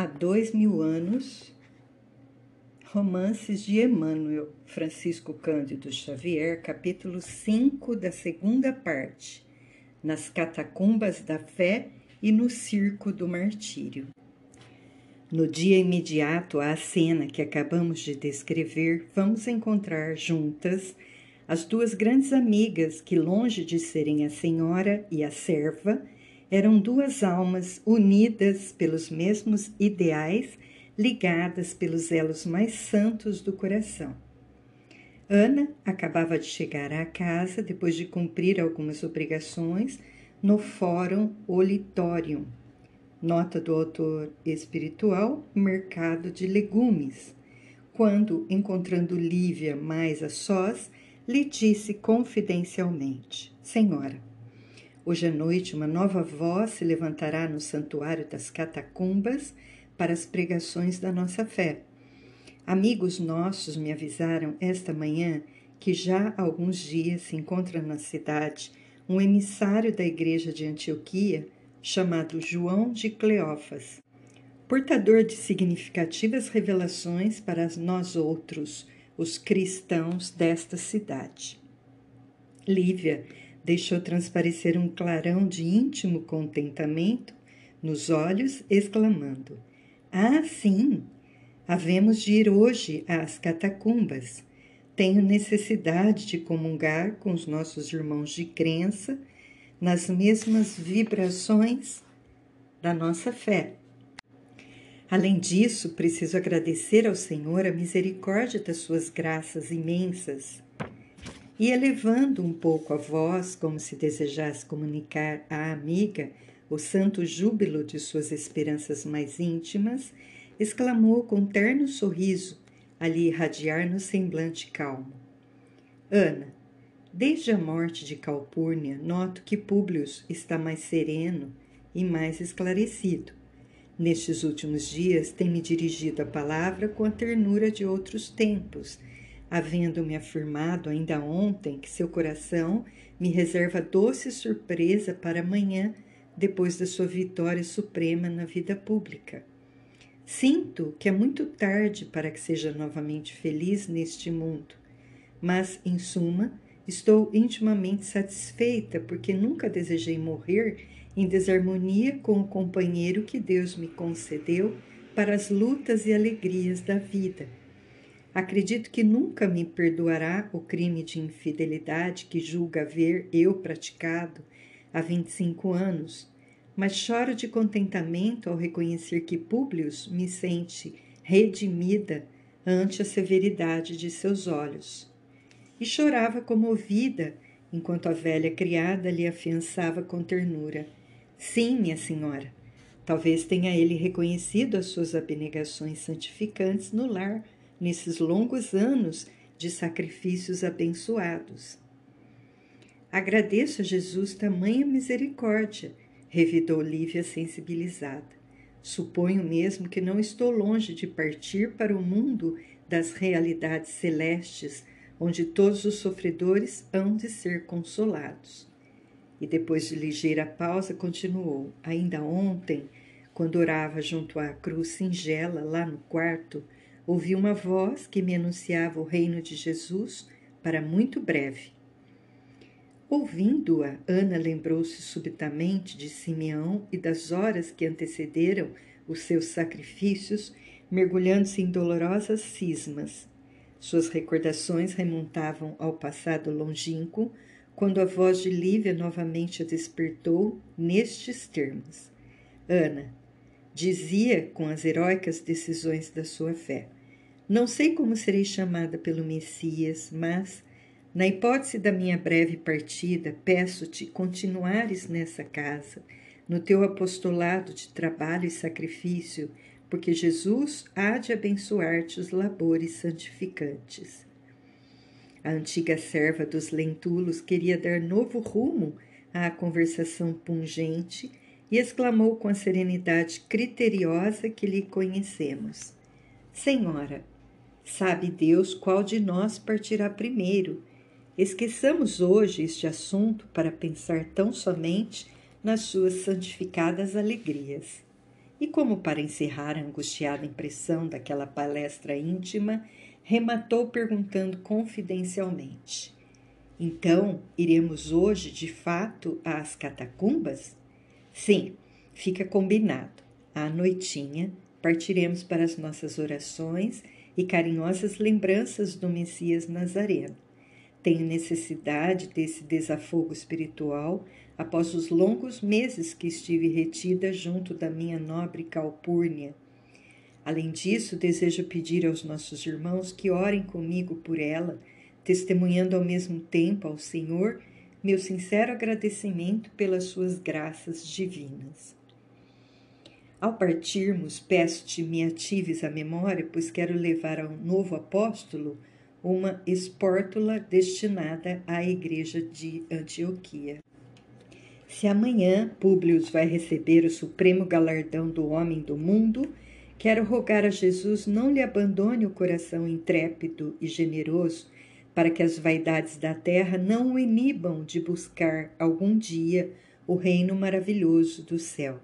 Há 2000 anos, Romances de Emmanuel, Francisco Cândido Xavier, capítulo 5 da segunda parte, Nas Catacumbas da Fé e no Circo do Martírio. No dia imediato à cena que acabamos de descrever, vamos encontrar juntas as duas grandes amigas que, longe de serem a senhora e a serva, eram duas almas unidas pelos mesmos ideais, ligadas pelos elos mais santos do coração. Ana acabava de chegar à casa depois de cumprir algumas obrigações no Fórum Olitorium, nota do autor espiritual, mercado de legumes, quando, encontrando Lívia mais a sós, lhe disse confidencialmente: Senhora, hoje à noite uma nova voz se levantará no santuário das catacumbas para as pregações da nossa fé. Amigos nossos me avisaram esta manhã que já há alguns dias se encontra na cidade um emissário da igreja de Antioquia chamado João de Cleófas, portador de significativas revelações para nós outros, os cristãos desta cidade. Lívia deixou transparecer um clarão de íntimo contentamento nos olhos, exclamando: Ah, sim! Havemos de ir hoje às catacumbas. Tenho necessidade de comungar com os nossos irmãos de crença nas mesmas vibrações da nossa fé. Além disso, preciso agradecer ao Senhor a misericórdia das suas graças imensas. E elevando um pouco a voz, como se desejasse comunicar à amiga o santo júbilo de suas esperanças mais íntimas, exclamou com terno sorriso, a lhe irradiar no semblante calmo: Ana, desde a morte de Calpurnia, noto que Públio está mais sereno e mais esclarecido. Nestes últimos dias tem-me dirigido a palavra com a ternura de outros tempos, havendo-me afirmado ainda ontem que seu coração me reserva doce surpresa para amanhã, depois da sua vitória suprema na vida pública. Sinto que é muito tarde para que seja novamente feliz neste mundo, mas, em suma, estou intimamente satisfeita porque nunca desejei morrer em desarmonia com o companheiro que Deus me concedeu para as lutas e alegrias da vida. Acredito que nunca me perdoará o crime de infidelidade que julga haver eu praticado há 25 anos, mas choro de contentamento ao reconhecer que Públio me sente redimida ante a severidade de seus olhos. E chorava comovida, enquanto a velha criada lhe afiançava com ternura: Sim, minha senhora, talvez tenha ele reconhecido as suas abnegações santificantes no lar, nesses longos anos de sacrifícios abençoados. Agradeço a Jesus tamanha misericórdia, revidou Lívia sensibilizada. Suponho mesmo que não estou longe de partir para o mundo das realidades celestes, onde todos os sofredores hão de ser consolados. E depois de ligeira pausa continuou: Ainda ontem, quando orava junto à cruz singela lá no quarto, ouvi uma voz que me anunciava o reino de Jesus para muito breve. Ouvindo-a, Ana lembrou-se subitamente de Simeão e das horas que antecederam os seus sacrifícios, mergulhando-se em dolorosas cismas. Suas recordações remontavam ao passado longínquo, quando a voz de Lívia novamente a despertou nestes termos: Ana, dizia com as heróicas decisões da sua fé: Não sei como serei chamada pelo Messias, mas, na hipótese da minha breve partida, peço-te continuares nessa casa, no teu apostolado de trabalho e sacrifício, porque Jesus há de abençoar-te os labores santificantes. A antiga serva dos lentulos queria dar novo rumo à conversação pungente e exclamou com a serenidade criteriosa que lhe conhecemos: Senhora, sabe Deus qual de nós partirá primeiro. Esqueçamos hoje este assunto para pensar tão somente nas suas santificadas alegrias. E como para encerrar a angustiada impressão daquela palestra íntima, rematou perguntando confidencialmente: então, iremos hoje, de fato, às catacumbas? Sim, fica combinado. À noitinha, partiremos para as nossas orações e carinhosas lembranças do Messias Nazareno. Tenho necessidade desse desafogo espiritual após os longos meses que estive retida junto da minha nobre Calpurnia. Além disso, desejo pedir aos nossos irmãos que orem comigo por ela, testemunhando ao mesmo tempo ao Senhor meu sincero agradecimento pelas suas graças divinas. Ao partirmos, peço-te me atives a memória, pois quero levar ao novo apóstolo uma espórtula destinada à igreja de Antioquia. Se amanhã Públio vai receber o supremo galardão do homem do mundo, quero rogar a Jesus não lhe abandone o coração intrépido e generoso, para que as vaidades da terra não o inibam de buscar algum dia o reino maravilhoso do céu.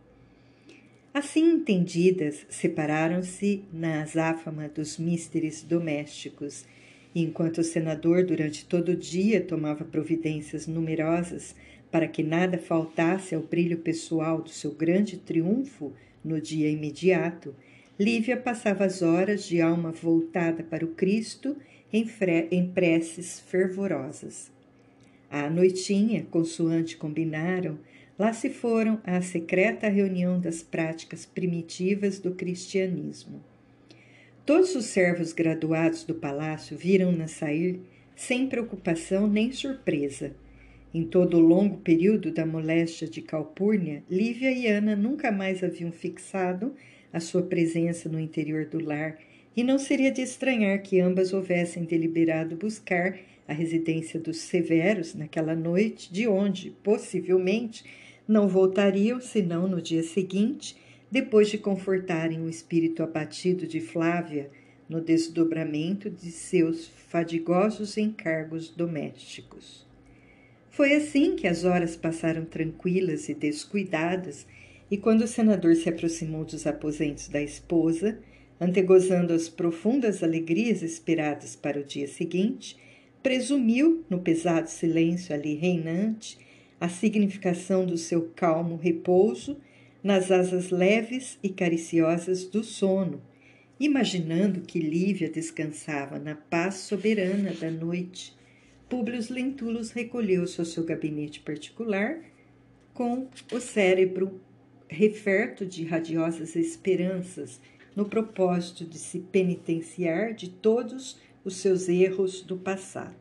Assim entendidas, separaram-se na azáfama dos místeres domésticos, e enquanto o senador durante todo o dia tomava providências numerosas para que nada faltasse ao brilho pessoal do seu grande triunfo no dia imediato, Lívia passava as horas de alma voltada para o Cristo em preces fervorosas. À noitinha, consoante combinaram, lá se foram à secreta reunião das práticas primitivas do cristianismo. Todos os servos graduados do palácio viram-na sair sem preocupação nem surpresa. Em todo o longo período da moléstia de Calpurnia, Lívia e Ana nunca mais haviam fixado a sua presença no interior do lar, e não seria de estranhar que ambas houvessem deliberado buscar a residência dos Severos naquela noite, de onde, possivelmente, não voltariam senão no dia seguinte, depois de confortarem o espírito abatido de Flávia no desdobramento de seus fadigosos encargos domésticos. Foi assim que as horas passaram tranquilas e descuidadas, e quando o senador se aproximou dos aposentos da esposa, antegozando as profundas alegrias esperadas para o dia seguinte, presumiu, no pesado silêncio ali reinante, a significação do seu calmo repouso nas asas leves e cariciosas do sono, imaginando que Lívia descansava na paz soberana da noite. Públio Lentulus recolheu-se ao seu gabinete particular, com o cérebro referto de radiosas esperanças, no propósito de se penitenciar de todos os seus erros do passado.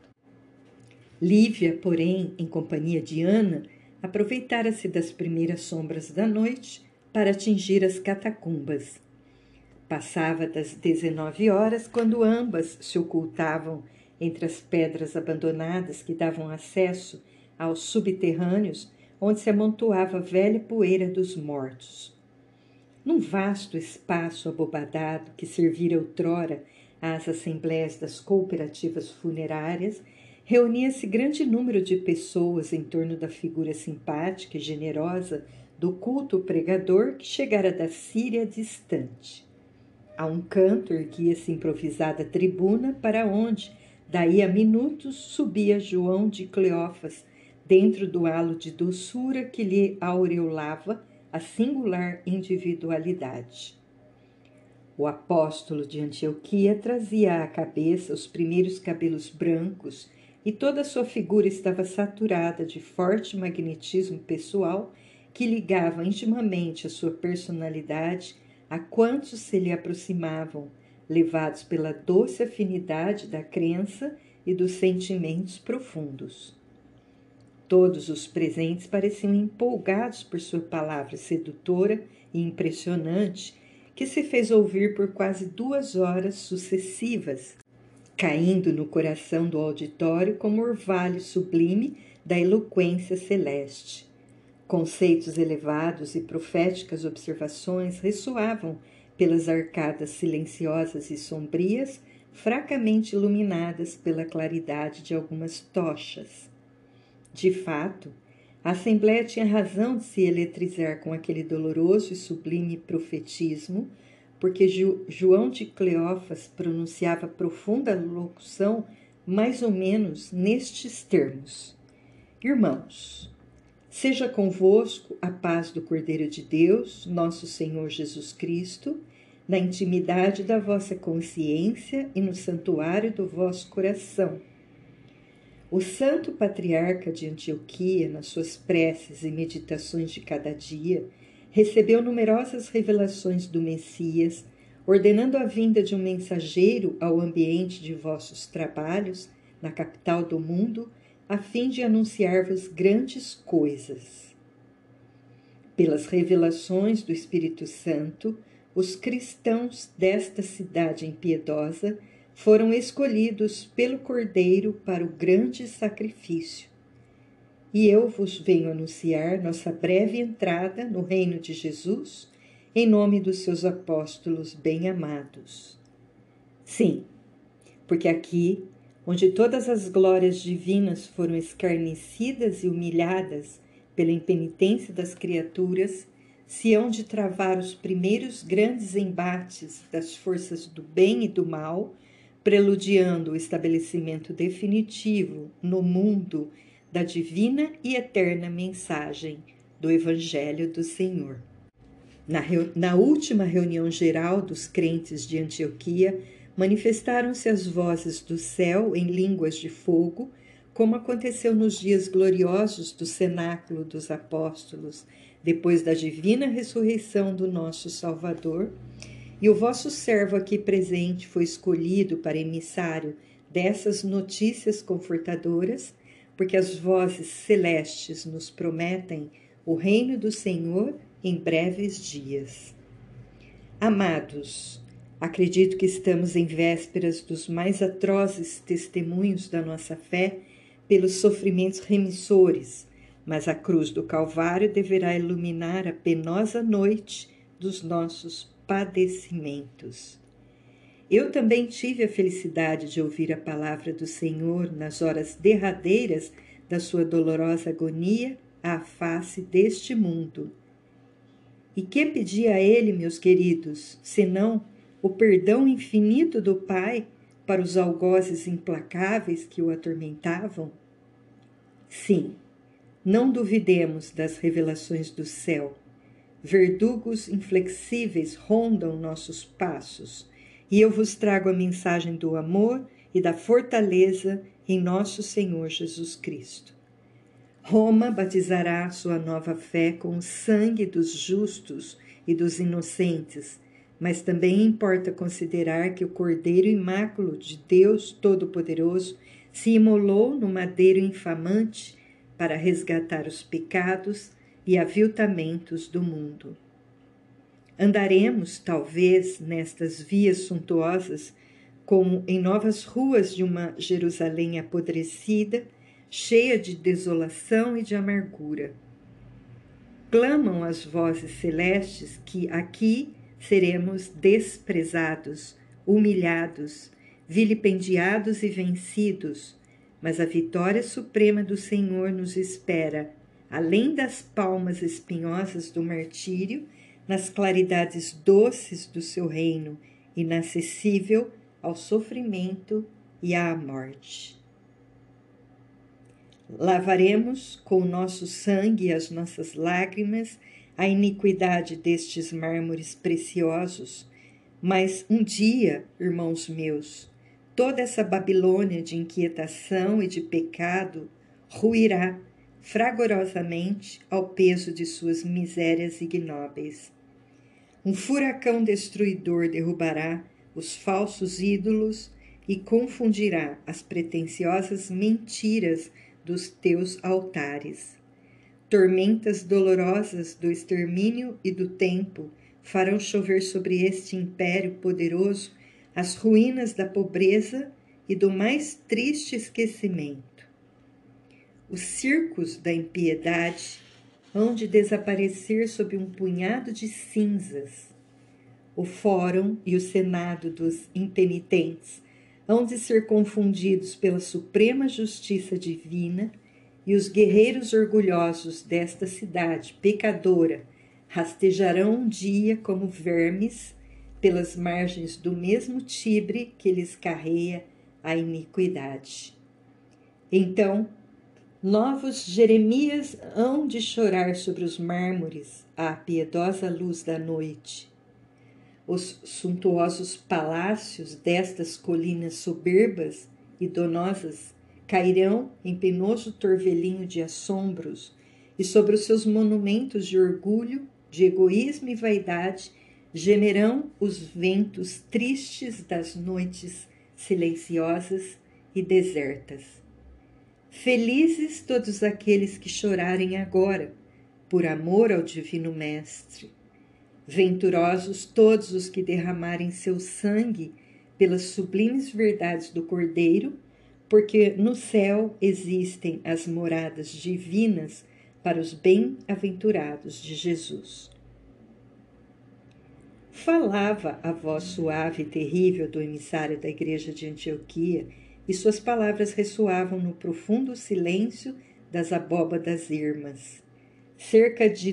Lívia, porém, em companhia de Ana, aproveitara-se das primeiras sombras da noite para atingir as catacumbas. Passava das 19 horas, quando ambas se ocultavam entre as pedras abandonadas que davam acesso aos subterrâneos, onde se amontoava a velha poeira dos mortos. Num vasto espaço abobadado que servira outrora às assembleias das cooperativas funerárias, reunia-se grande número de pessoas em torno da figura simpática e generosa do culto pregador que chegara da Síria distante. A um canto erguia-se improvisada tribuna para onde, daí a minutos, subia João de Cleófas, dentro do halo de doçura que lhe aureolava a singular individualidade. O apóstolo de Antioquia trazia à cabeça os primeiros cabelos brancos e toda a sua figura estava saturada de forte magnetismo pessoal que ligava intimamente a sua personalidade a quantos se lhe aproximavam, levados pela doce afinidade da crença e dos sentimentos profundos. Todos os presentes pareciam empolgados por sua palavra sedutora e impressionante, que se fez ouvir por quase 2 horas sucessivas, caindo no coração do auditório como orvalho sublime da eloquência celeste. Conceitos elevados e proféticas observações ressoavam pelas arcadas silenciosas e sombrias, fracamente iluminadas pela claridade de algumas tochas. De fato, A Assembleia tinha razão de se eletrizar com aquele doloroso e sublime profetismo, porque João de Cleófas pronunciava profunda locução mais ou menos nestes termos: Irmãos, seja convosco a paz do Cordeiro de Deus, nosso Senhor Jesus Cristo, na intimidade da vossa consciência e no santuário do vosso coração. O santo patriarca de Antioquia, nas suas preces e meditações de cada dia, recebeu numerosas revelações do Messias, ordenando a vinda de um mensageiro ao ambiente de vossos trabalhos, na capital do mundo, a fim de anunciar-vos grandes coisas. Pelas revelações do Espírito Santo, os cristãos desta cidade impiedosa foram escolhidos pelo Cordeiro para o grande sacrifício. E eu vos venho anunciar nossa breve entrada no reino de Jesus, em nome dos seus apóstolos bem-amados. Sim, porque aqui, onde todas as glórias divinas foram escarnecidas e humilhadas pela impenitência das criaturas, se hão de travar os primeiros grandes embates das forças do bem e do mal, preludiando o estabelecimento definitivo no mundo da divina e eterna mensagem do Evangelho do Senhor. Na última reunião geral dos crentes de Antioquia, manifestaram-se as vozes do céu em línguas de fogo, como aconteceu nos dias gloriosos do cenáculo dos apóstolos, depois da divina ressurreição do nosso Salvador. E o vosso servo aqui presente foi escolhido para emissário dessas notícias confortadoras, porque as vozes celestes nos prometem o reino do Senhor em breves dias. Amados, acredito que estamos em vésperas dos mais atrozes testemunhos da nossa fé pelos sofrimentos remissores, mas a cruz do Calvário deverá iluminar a penosa noite dos nossos padecimentos. Eu também tive a felicidade de ouvir a palavra do Senhor nas horas derradeiras da sua dolorosa agonia à face deste mundo. E que pedi a ele, meus queridos, senão o perdão infinito do Pai para os algozes implacáveis que o atormentavam? Sim, não duvidemos das revelações do céu. Verdugos inflexíveis rondam nossos passos, e eu vos trago a mensagem do amor e da fortaleza em nosso Senhor Jesus Cristo. Roma batizará sua nova fé com o sangue dos justos e dos inocentes, mas também importa considerar que o Cordeiro Imáculo de Deus Todo-Poderoso se imolou no madeiro infamante para resgatar os pecados e aviltamentos do mundo. Andaremos, talvez, nestas vias suntuosas, como em novas ruas de uma Jerusalém apodrecida, cheia de desolação e de amargura. Clamam as vozes celestes que aqui seremos desprezados, humilhados, vilipendiados e vencidos, mas a vitória suprema do Senhor nos espera, além das palmas espinhosas do martírio, nas claridades doces do seu reino, inacessível ao sofrimento e à morte. Lavaremos com o nosso sangue e as nossas lágrimas a iniquidade destes mármores preciosos, mas um dia, irmãos meus, toda essa Babilônia de inquietação e de pecado ruirá fragorosamente ao peso de suas misérias ignóbeis. Um furacão destruidor derrubará os falsos ídolos e confundirá as pretensiosas mentiras dos teus altares. Tormentas dolorosas do extermínio e do tempo farão chover sobre este império poderoso as ruínas da pobreza e do mais triste esquecimento. Os circos da impiedade hão de desaparecer sob um punhado de cinzas. O fórum e o senado dos impenitentes hão de ser confundidos pela suprema justiça divina, e os guerreiros orgulhosos desta cidade pecadora rastejarão um dia como vermes pelas margens do mesmo Tibre que lhes carreia a iniquidade. Então, novos Jeremias hão de chorar sobre os mármores à piedosa luz da noite. Os suntuosos palácios destas colinas soberbas e donosas cairão em penoso torvelinho de assombros, e sobre os seus monumentos de orgulho, de egoísmo e vaidade, gemerão os ventos tristes das noites silenciosas e desertas. Felizes todos aqueles que chorarem agora, por amor ao Divino Mestre. Venturosos todos os que derramarem seu sangue pelas sublimes verdades do Cordeiro, porque no céu existem as moradas divinas para os bem-aventurados de Jesus. Falava a voz suave e terrível do emissário da igreja de Antioquia, e suas palavras ressoavam no profundo silêncio das abóbadas ermas. Cerca de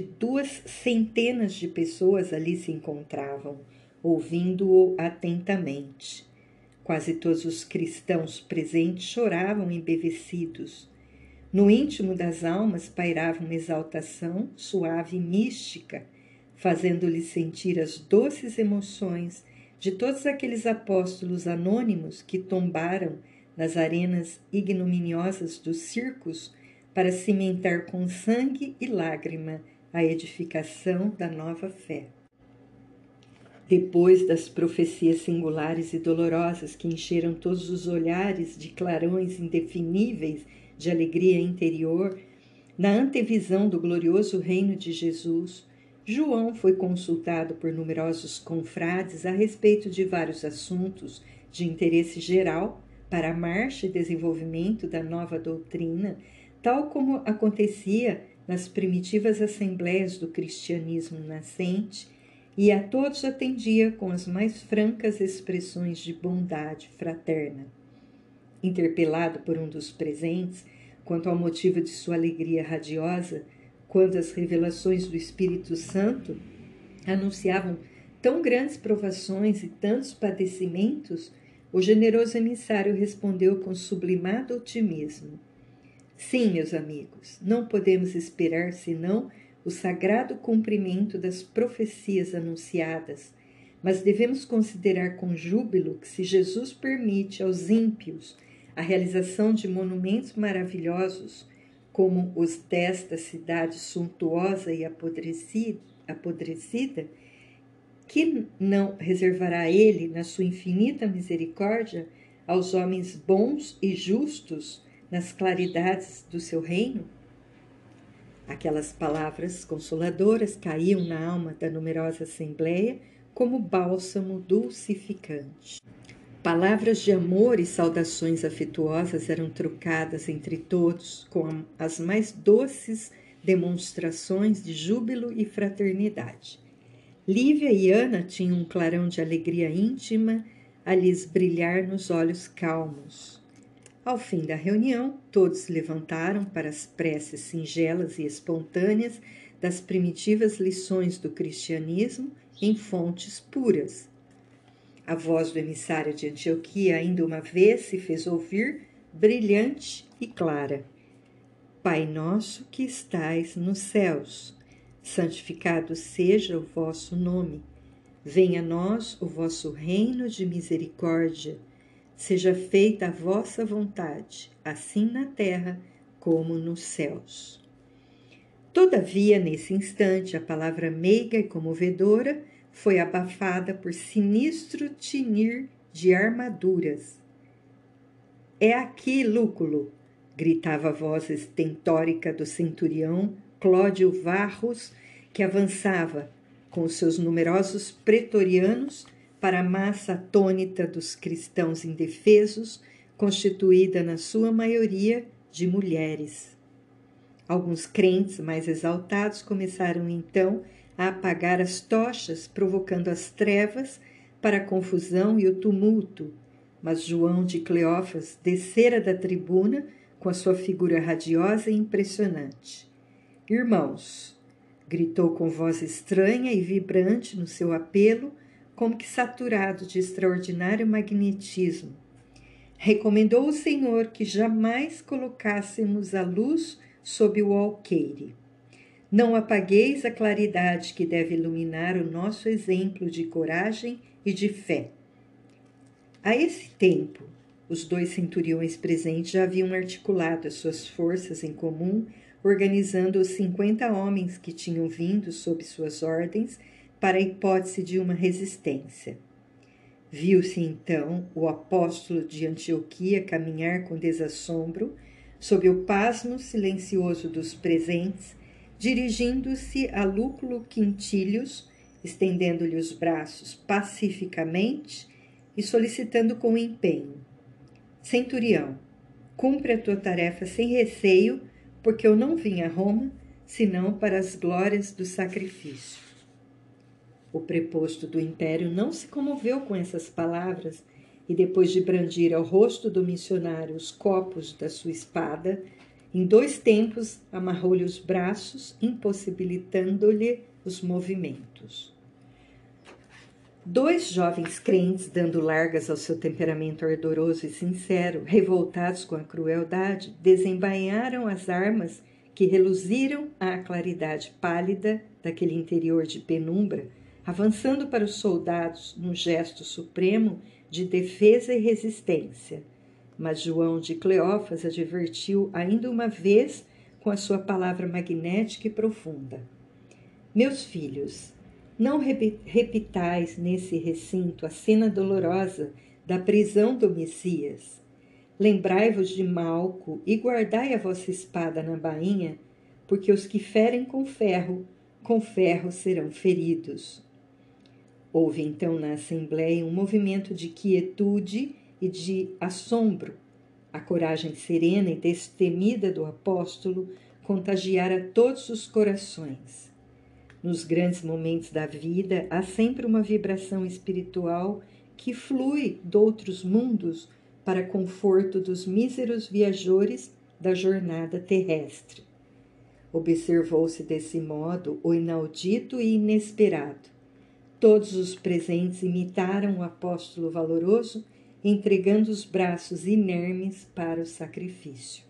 200 de pessoas ali se encontravam, ouvindo-o atentamente. Quase todos os cristãos presentes choravam embevecidos. No íntimo das almas pairava uma exaltação suave e mística, fazendo-lhes sentir as doces emoções de todos aqueles apóstolos anônimos que tombaram nas arenas ignominiosas dos circos para cimentar com sangue e lágrima a edificação da nova fé. Depois das profecias singulares e dolorosas que encheram todos os olhares de clarões indefiníveis de alegria interior, na antevisão do glorioso reino de Jesus, João foi consultado por numerosos confrades a respeito de vários assuntos de interesse geral para a marcha e desenvolvimento da nova doutrina, tal como acontecia nas primitivas assembleias do cristianismo nascente, e a todos atendia com as mais francas expressões de bondade fraterna. Interpelado por um dos presentes quanto ao motivo de sua alegria radiosa, quando as revelações do Espírito Santo anunciavam tão grandes provações e tantos padecimentos, o generoso emissário respondeu com sublimado otimismo: sim, meus amigos, não podemos esperar senão o sagrado cumprimento das profecias anunciadas, mas devemos considerar com júbilo que, se Jesus permite aos ímpios a realização de monumentos maravilhosos, como os desta cidade suntuosa e apodrecida, que não reservará ele, na sua infinita misericórdia, aos homens bons e justos nas claridades do seu reino? Aquelas palavras consoladoras caíam na alma da numerosa assembleia como bálsamo dulcificante. Palavras de amor e saudações afetuosas eram trocadas entre todos com as mais doces demonstrações de júbilo e fraternidade. Lívia e Ana tinham um clarão de alegria íntima a lhes brilhar nos olhos calmos. Ao fim da reunião, todos levantaram para as preces singelas e espontâneas das primitivas lições do cristianismo em fontes puras. A voz do emissário de Antioquia ainda uma vez se fez ouvir, brilhante e clara. Pai nosso que estais nos céus, santificado seja o vosso nome. Venha a nós o vosso reino de misericórdia. Seja feita a vossa vontade, assim na terra como nos céus. Todavia, nesse instante, a palavra meiga e comovedora foi abafada por sinistro tinir de armaduras. É aqui, Lúculo! Gritava a voz estentórica do centurião Clódio Varros, que avançava com os seus numerosos pretorianos para a massa atônita dos cristãos indefesos, constituída na sua maioria de mulheres. Alguns crentes mais exaltados começaram então a apagar as tochas, provocando as trevas para a confusão e o tumulto, mas João de Cleófas descera da tribuna com a sua figura radiosa e impressionante. Irmãos, gritou com voz estranha e vibrante no seu apelo, como que saturado de extraordinário magnetismo. Recomendou o Senhor que jamais colocássemos a luz sob o alqueire. Não apagueis a claridade que deve iluminar o nosso exemplo de coragem e de fé. A esse tempo, os 2 centuriões presentes já haviam articulado as suas forças em comum, organizando os 50 homens que tinham vindo sob suas ordens para a hipótese de uma resistência. Viu-se então o apóstolo de Antioquia caminhar com desassombro, sob o pasmo silencioso dos presentes, dirigindo-se a Lúculo Quintílios, estendendo-lhe os braços pacificamente e solicitando com empenho: Centurião, cumpre a tua tarefa sem receio, porque eu não vim a Roma, senão para as glórias do sacrifício. O preposto do império não se comoveu com essas palavras e, depois de brandir ao rosto do missionário os copos da sua espada, em 2 tempos amarrou-lhe os braços, impossibilitando-lhe os movimentos. 2 jovens crentes, dando largas ao seu temperamento ardoroso e sincero, revoltados com a crueldade, desembainharam as armas que reluziram à claridade pálida daquele interior de penumbra, avançando para os soldados num gesto supremo de defesa e resistência. Mas João de Cleófas advertiu ainda uma vez com a sua palavra magnética e profunda: Meus filhos, não repitais nesse recinto a cena dolorosa da prisão do Messias. Lembrai-vos de Malco e guardai a vossa espada na bainha, porque os que ferem com ferro serão feridos. Houve então na Assembleia um movimento de quietude e de assombro. A coragem serena e destemida do apóstolo contagiara todos os corações. Nos grandes momentos da vida, há sempre uma vibração espiritual que flui doutros mundos para conforto dos míseros viajores da jornada terrestre. Observou-se desse modo o inaudito e inesperado. Todos os presentes imitaram o apóstolo valoroso, entregando os braços inermes para o sacrifício.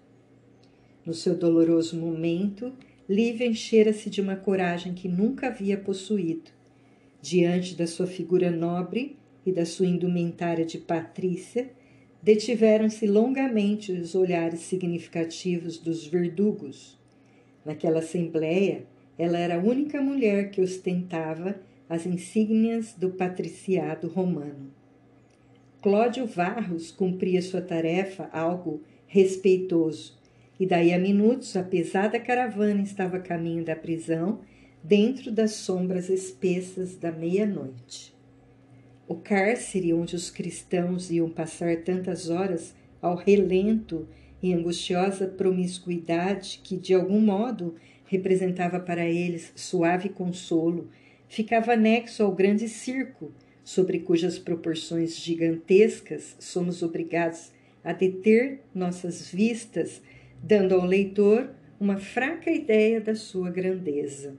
No seu doloroso momento, Lívia enchera-se de uma coragem que nunca havia possuído. Diante da sua figura nobre e da sua indumentária de patrícia, detiveram-se longamente os olhares significativos dos verdugos. Naquela assembleia, ela era a única mulher que ostentava as insígnias do patriciado romano. Cláudio Varros cumpria sua tarefa algo respeitoso, e daí a minutos a pesada caravana estava a caminho da prisão, dentro das sombras espessas da meia-noite. O cárcere onde os cristãos iam passar tantas horas ao relento e angustiosa promiscuidade que, de algum modo, representava para eles suave consolo, ficava anexo ao grande circo, sobre cujas proporções gigantescas somos obrigados a deter nossas vistas, dando ao leitor uma fraca ideia da sua grandeza.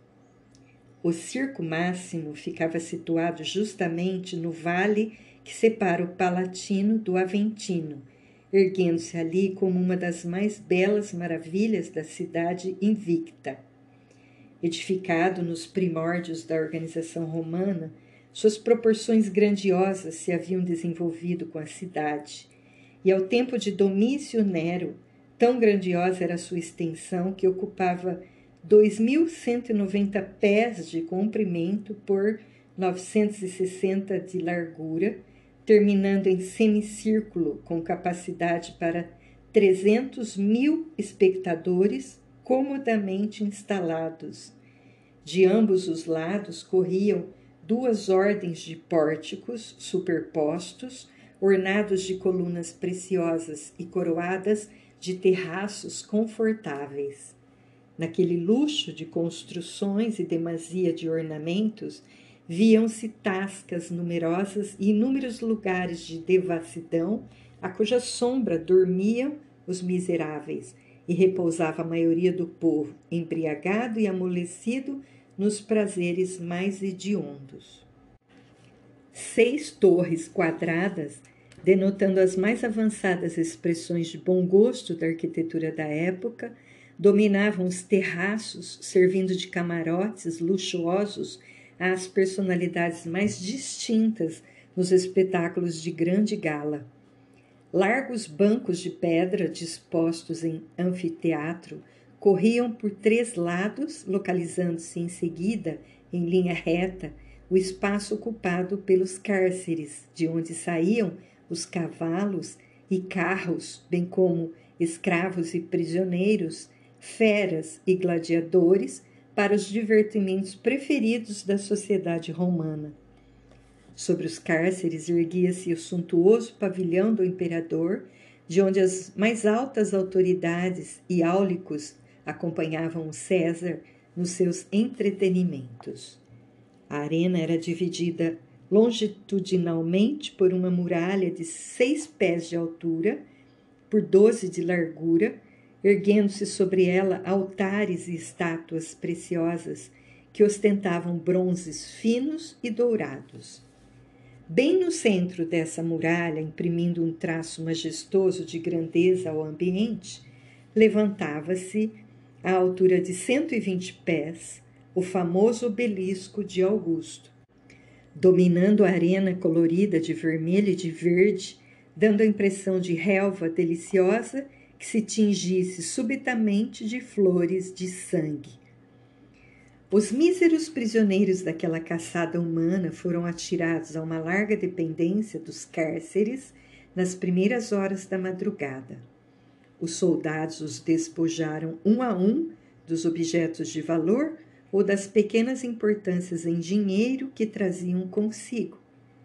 O circo máximo ficava situado justamente no vale que separa o Palatino do Aventino, erguendo-se ali como uma das mais belas maravilhas da cidade invicta. Edificado nos primórdios da organização romana, suas proporções grandiosas se haviam desenvolvido com a cidade, e ao tempo de Domício Nero, tão grandiosa era a sua extensão que ocupava 2.190 pés de comprimento por 960 de largura, terminando em semicírculo com capacidade para 300.000 espectadores comodamente instalados. De ambos os lados corriam 2 ordens de pórticos superpostos, ornados de colunas preciosas e coroadas de terraços confortáveis. Naquele luxo de construções e demasia de ornamentos, viam-se tascas numerosas e inúmeros lugares de devassidão, a cuja sombra dormiam os miseráveis, e repousava a maioria do povo, embriagado e amolecido nos prazeres mais hediondos. 6 torres quadradas, denotando as mais avançadas expressões de bom gosto da arquitetura da época, dominavam os terraços, servindo de camarotes luxuosos às personalidades mais distintas nos espetáculos de grande gala. Largos bancos de pedra dispostos em anfiteatro corriam por 3 lados, localizando-se em seguida, em linha reta, o espaço ocupado pelos cárceres, de onde saíam os cavalos e carros, bem como escravos e prisioneiros, feras e gladiadores, para os divertimentos preferidos da sociedade romana. Sobre os cárceres erguia-se o suntuoso pavilhão do imperador, de onde as mais altas autoridades e áulicos acompanhavam o César nos seus entretenimentos. A arena era dividida longitudinalmente por uma muralha de 6 pés de altura, por 12 de largura, erguendo-se sobre ela altares e estátuas preciosas que ostentavam bronzes finos e dourados. Bem no centro dessa muralha, imprimindo um traço majestoso de grandeza ao ambiente, levantava-se, à altura de 120 pés, o famoso obelisco de Augusto, dominando a arena colorida de vermelho e de verde, dando a impressão de relva deliciosa que se tingisse subitamente de flores de sangue. Os míseros prisioneiros daquela caçada humana foram atirados a uma larga dependência dos cárceres nas primeiras horas da madrugada. Os soldados os despojaram um a um dos objetos de valor ou das pequenas importâncias em dinheiro que traziam consigo.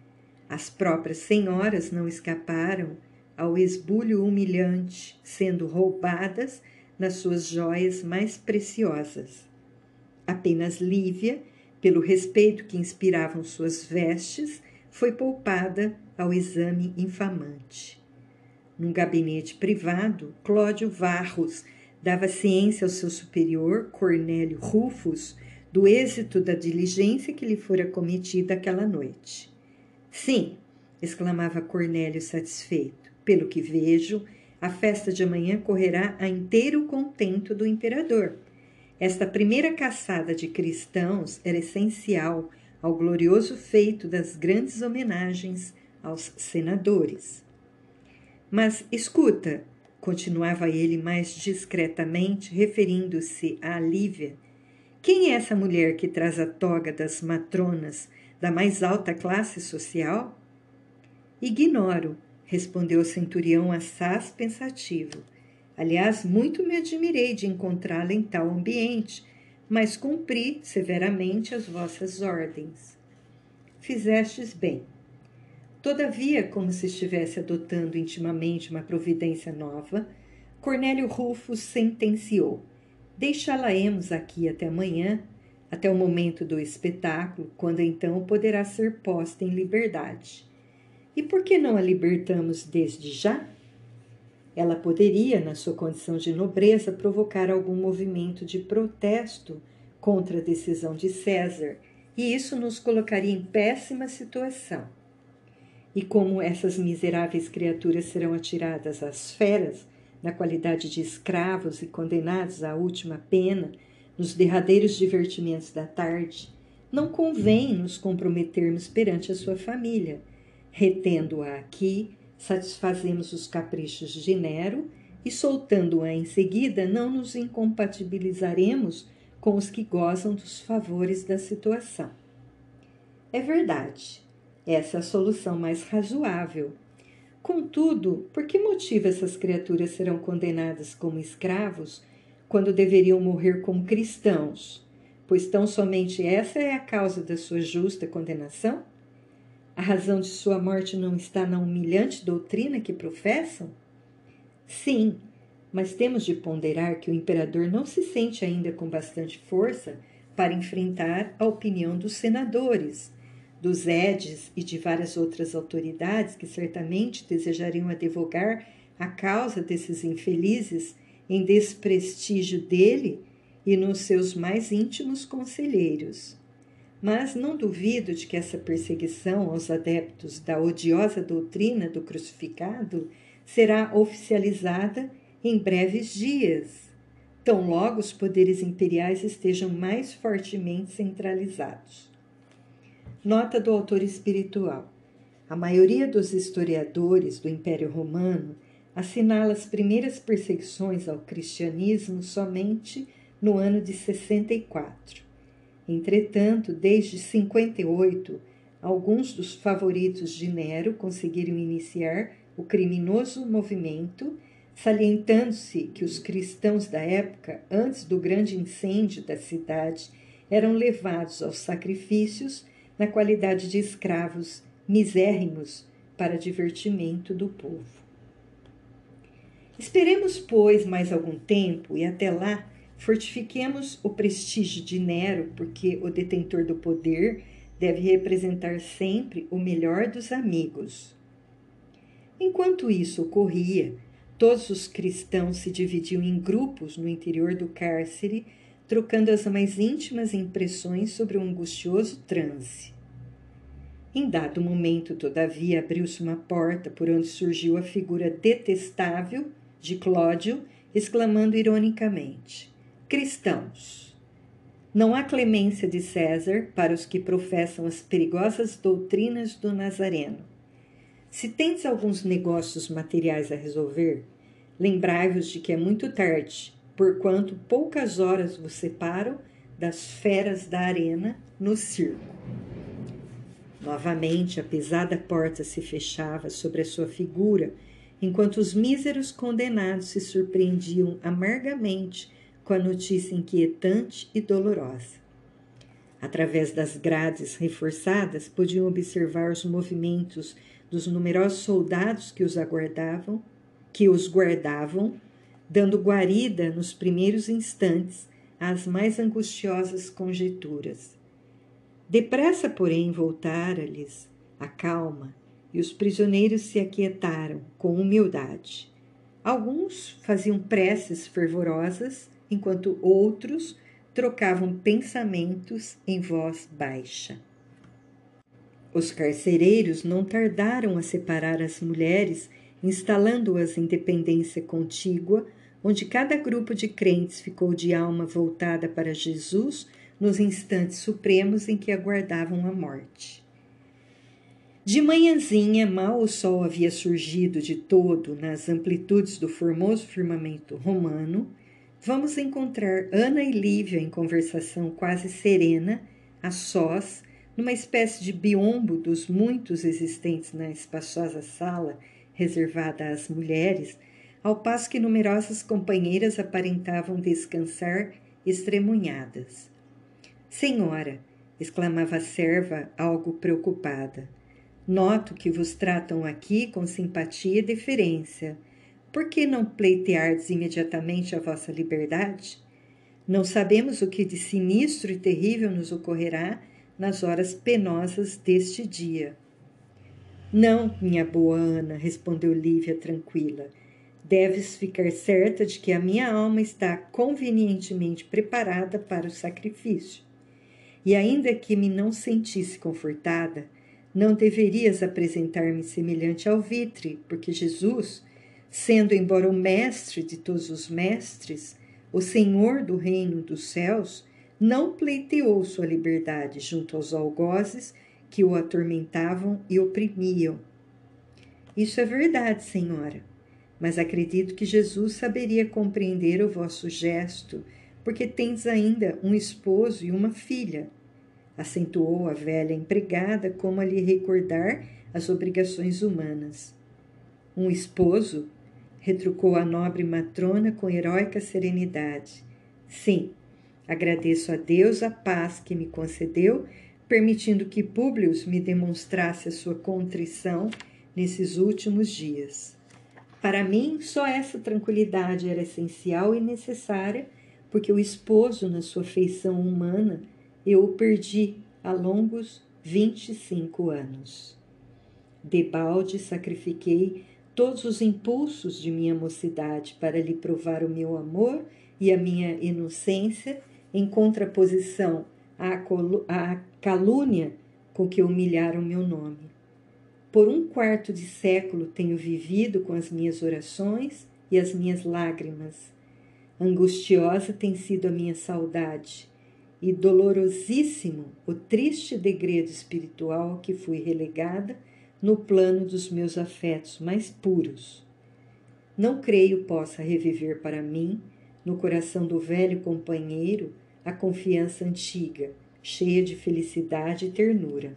As próprias senhoras não escaparam ao esbulho humilhante, sendo roubadas nas suas joias mais preciosas. Apenas Lívia, pelo respeito que inspiravam suas vestes, foi poupada ao exame infamante. Num gabinete privado, Cláudio Varros dava ciência ao seu superior, Cornélio Rufus, do êxito da diligência que lhe fora cometida aquela noite. Sim, exclamava Cornélio satisfeito, pelo que vejo, a festa de amanhã correrá a inteiro contento do imperador. Esta primeira caçada de cristãos era essencial ao glorioso feito das grandes homenagens aos senadores. Mas escuta, continuava ele mais discretamente, referindo-se a Lívia, quem é essa mulher que traz a toga das matronas da mais alta classe social? Ignoro, respondeu o centurião assaz pensativo. Aliás, muito me admirei de encontrá-la em tal ambiente, mas cumpri severamente as vossas ordens. Fizestes bem. Todavia, como se estivesse adotando intimamente uma providência nova, Cornélio Rufus sentenciou: deixá-la-emos aqui até amanhã, até o momento do espetáculo, quando então poderá ser posta em liberdade. E por que não a libertamos desde já? Ela poderia, na sua condição de nobreza, provocar algum movimento de protesto contra a decisão de César, e isso nos colocaria em péssima situação. E como essas miseráveis criaturas serão atiradas às feras, na qualidade de escravos e condenados à última pena, nos derradeiros divertimentos da tarde, não convém nos comprometermos perante a sua família. Retendo-a aqui, satisfazemos os caprichos de Nero e, soltando-a em seguida, não nos incompatibilizaremos com os que gozam dos favores da situação. É verdade, essa é a solução mais razoável. Contudo, por que motivo essas criaturas serão condenadas como escravos quando deveriam morrer como cristãos? Pois tão somente essa é a causa da sua justa condenação? A razão de sua morte não está na humilhante doutrina que professam? Sim, mas temos de ponderar que o imperador não se sente ainda com bastante força para enfrentar a opinião dos senadores, dos edes e de várias outras autoridades que certamente desejariam advogar a causa desses infelizes em desprestígio dele e nos seus mais íntimos conselheiros. Mas não duvido de que essa perseguição aos adeptos da odiosa doutrina do crucificado será oficializada em breves dias, tão logo os poderes imperiais estejam mais fortemente centralizados. Nota do autor espiritual. A maioria dos historiadores do Império Romano assinala as primeiras perseguições ao cristianismo somente no ano de 64. Entretanto, desde 58, alguns dos favoritos de Nero conseguiram iniciar o criminoso movimento, salientando-se que os cristãos da época, antes do grande incêndio da cidade, eram levados aos sacrifícios na qualidade de escravos misérrimos para divertimento do povo. Esperemos, pois, mais algum tempo e até lá fortifiquemos o prestígio de Nero, porque o detentor do poder deve representar sempre o melhor dos amigos. Enquanto isso ocorria, todos os cristãos se dividiam em grupos no interior do cárcere, trocando as mais íntimas impressões sobre o angustioso transe. Em dado momento, todavia, abriu-se uma porta por onde surgiu a figura detestável de Cláudio, exclamando ironicamente: cristãos, não há clemência de César para os que professam as perigosas doutrinas do Nazareno. Se tendes alguns negócios materiais a resolver, lembrai-vos de que é muito tarde, porquanto poucas horas vos separam das feras da arena no circo. Novamente, a pesada porta se fechava sobre a sua figura, enquanto os míseros condenados se surpreendiam amargamente com a notícia inquietante e dolorosa. Através das grades reforçadas, podiam observar os movimentos dos numerosos soldados que os guardavam, dando guarida nos primeiros instantes às mais angustiosas conjecturas. Depressa, porém, voltara-lhes a calma e os prisioneiros se aquietaram com humildade. Alguns faziam preces fervorosas, enquanto outros trocavam pensamentos em voz baixa. Os carcereiros não tardaram a separar as mulheres, instalando-as em dependência contígua, onde cada grupo de crentes ficou de alma voltada para Jesus nos instantes supremos em que aguardavam a morte. De manhãzinha, mal o sol havia surgido de todo nas amplitudes do formoso firmamento romano, vamos encontrar Ana e Lívia em conversação quase serena, a sós, numa espécie de biombo dos muitos existentes na espaçosa sala reservada às mulheres, ao passo que numerosas companheiras aparentavam descansar estremunhadas. Senhora, exclamava a serva, algo preocupada, noto que vos tratam aqui com simpatia e deferência. Por que não pleiteardes imediatamente a vossa liberdade? Não sabemos o que de sinistro e terrível nos ocorrerá nas horas penosas deste dia. Não, minha boa Ana, respondeu Lívia tranquila. Deves ficar certa de que a minha alma está convenientemente preparada para o sacrifício. E ainda que me não sentisse confortada, não deverias apresentar-me semelhante ao alvitre, porque Jesus, sendo embora o mestre de todos os mestres, o Senhor do reino dos céus, não pleiteou sua liberdade junto aos algozes que o atormentavam e oprimiam. Isso é verdade, senhora, mas acredito que Jesus saberia compreender o vosso gesto, porque tendes ainda um esposo e uma filha, acentuou a velha empregada como a lhe recordar as obrigações humanas. Um esposo? Retrucou a nobre matrona com heróica serenidade. Sim, agradeço a Deus a paz que me concedeu, permitindo que Públio me demonstrasse a sua contrição nesses últimos dias. Para mim, só essa tranquilidade era essencial e necessária, porque o esposo, na sua feição humana, eu o perdi há longos 25 anos. Debalde sacrifiquei todos os impulsos de minha mocidade para lhe provar o meu amor e a minha inocência, em contraposição à calúnia com que humilharam meu nome. Por 1/4 de século tenho vivido com as minhas orações e as minhas lágrimas. Angustiosa tem sido a minha saudade, e dolorosíssimo o triste degredo espiritual a que fui relegada no plano dos meus afetos mais puros. Não creio possa reviver para mim, no coração do velho companheiro, a confiança antiga, cheia de felicidade e ternura.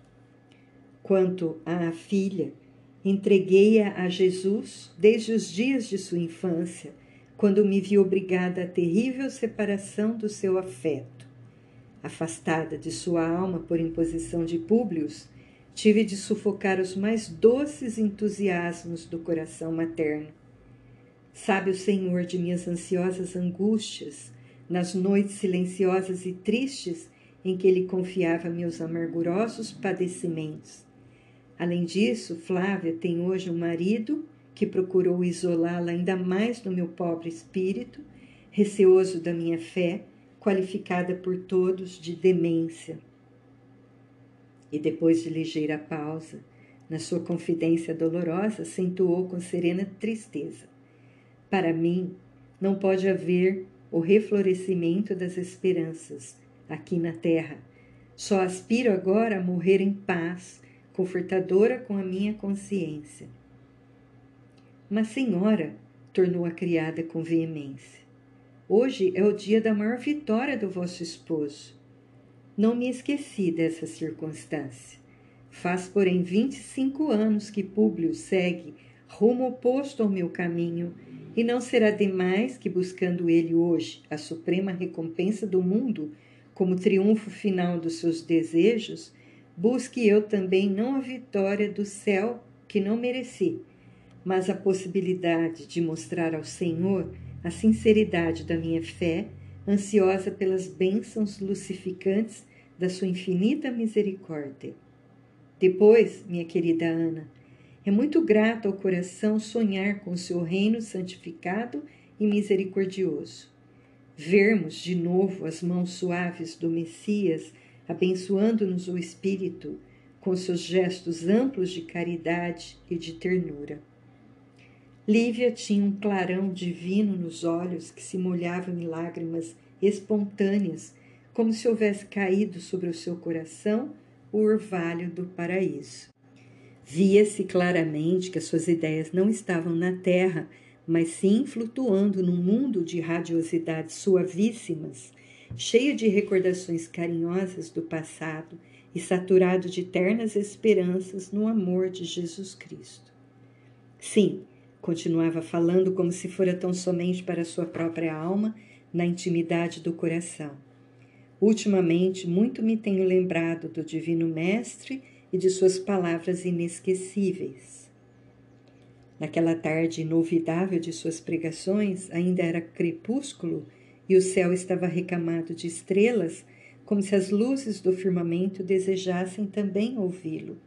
Quanto à filha, entreguei-a a Jesus desde os dias de sua infância, quando me vi obrigada à terrível separação do seu afeto. Afastada de sua alma por imposição de Públio, tive de sufocar os mais doces entusiasmos do coração materno. Sabe o Senhor de minhas ansiosas angústias, nas noites silenciosas e tristes em que Ele confiava meus amargurosos padecimentos. Além disso, Flávia tem hoje um marido que procurou isolá-la ainda mais do meu pobre espírito, receoso da minha fé, qualificada por todos de demência. E depois de ligeira pausa, na sua confidência dolorosa, acentuou com serena tristeza: para mim, não pode haver o reflorescimento das esperanças aqui na terra. Só aspiro agora a morrer em paz, confortadora com a minha consciência. Mas, senhora, tornou a criada com veemência, hoje é o dia da maior vitória do vosso esposo. Não me esqueci dessa circunstância. Faz, porém, 25 anos que Públio segue rumo oposto ao meu caminho, e não será demais que, buscando ele hoje a suprema recompensa do mundo, como triunfo final dos seus desejos, busque eu também não a vitória do céu que não mereci, mas a possibilidade de mostrar ao Senhor a sinceridade da minha fé, ansiosa pelas bênçãos lucificantes da sua infinita misericórdia. Depois, minha querida Ana, é muito grato ao coração sonhar com o seu reino santificado e misericordioso. Vermos de novo as mãos suaves do Messias abençoando-nos o espírito com seus gestos amplos de caridade e de ternura. Lívia tinha um clarão divino nos olhos que se molhavam em lágrimas espontâneas, como se houvesse caído sobre o seu coração o orvalho do paraíso. Via-se claramente que as suas ideias não estavam na terra, mas sim flutuando num mundo de radiosidades suavíssimas, cheio de recordações carinhosas do passado e saturado de ternas esperanças no amor de Jesus Cristo. Sim, continuava falando como se fora tão somente para sua própria alma, na intimidade do coração. Ultimamente, muito me tenho lembrado do Divino Mestre e de suas palavras inesquecíveis. Naquela tarde inolvidável de suas pregações, ainda era crepúsculo e o céu estava recamado de estrelas, como se as luzes do firmamento desejassem também ouvi-lo.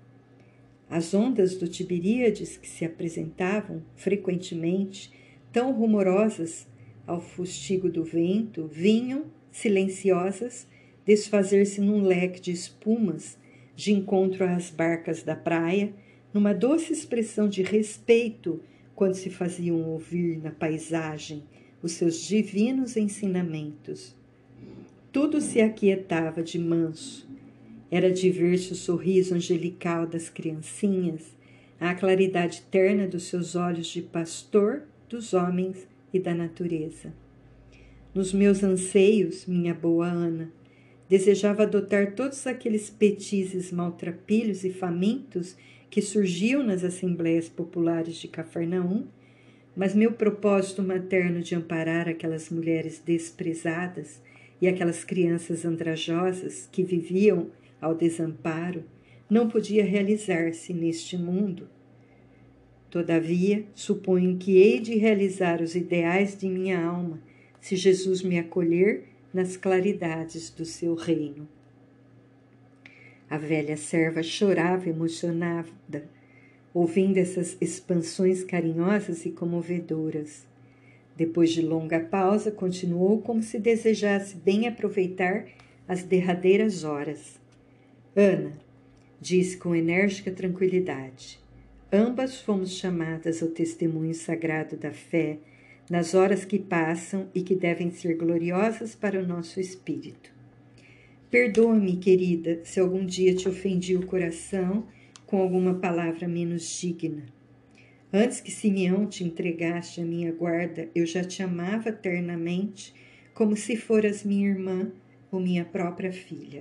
As ondas do Tiberíades que se apresentavam frequentemente, tão rumorosas ao fustigo do vento, vinham, silenciosas, desfazer-se num leque de espumas de encontro às barcas da praia, numa doce expressão de respeito quando se faziam ouvir na paisagem os seus divinos ensinamentos. Tudo se aquietava de manso. Era de ver-se o sorriso angelical das criancinhas, a claridade terna dos seus olhos de pastor dos homens e da natureza. Nos meus anseios, minha boa Ana, desejava adotar todos aqueles petizes maltrapilhos e famintos que surgiam nas assembleias populares de Cafarnaum, mas meu propósito materno de amparar aquelas mulheres desprezadas e aquelas crianças andrajosas que viviam ao desamparo não podia realizar-se neste mundo. Todavia, suponho que hei de realizar os ideais de minha alma, se Jesus me acolher nas claridades do seu reino. A velha serva chorava emocionada ouvindo essas expansões carinhosas e comovedoras. Depois de longa pausa, continuou como se desejasse bem aproveitar as derradeiras horas. Ana, disse com enérgica tranquilidade, ambas fomos chamadas ao testemunho sagrado da fé nas horas que passam e que devem ser gloriosas para o nosso espírito. Perdoa-me, querida, se algum dia te ofendi o coração com alguma palavra menos digna. Antes que Simeão te entregaste à minha guarda, eu já te amava ternamente, como se foras minha irmã ou minha própria filha.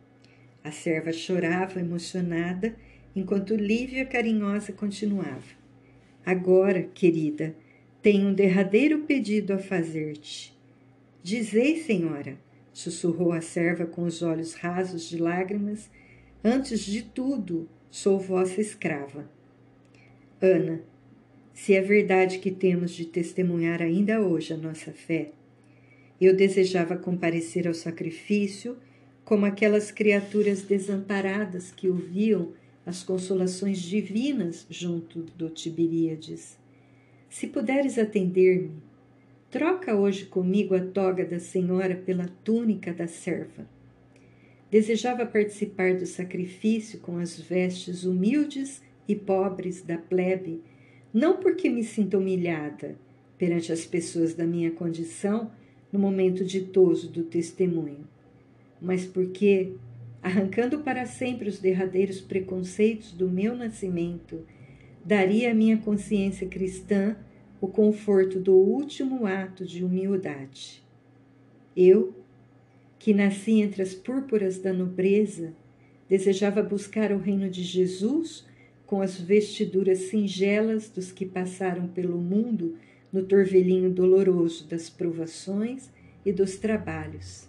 A serva chorava emocionada, enquanto Lívia carinhosa continuava. Agora, querida, tenho um derradeiro pedido a fazer-te. Dizei, senhora, sussurrou a serva com os olhos rasos de lágrimas. Antes de tudo, sou vossa escrava. Ana, se é verdade que temos de testemunhar ainda hoje a nossa fé, eu desejava comparecer ao sacrifício como aquelas criaturas desamparadas que ouviam as consolações divinas junto do Tiberíades. Se puderes atender-me, troca hoje comigo a toga da senhora pela túnica da serva. Desejava participar do sacrifício com as vestes humildes e pobres da plebe, não porque me sinta humilhada perante as pessoas da minha condição no momento ditoso do testemunho, mas porque, arrancando para sempre os derradeiros preconceitos do meu nascimento, daria à minha consciência cristã o conforto do último ato de humildade. Eu, que nasci entre as púrpuras da nobreza, desejava buscar o reino de Jesus com as vestiduras singelas dos que passaram pelo mundo no torvelinho doloroso das provações e dos trabalhos.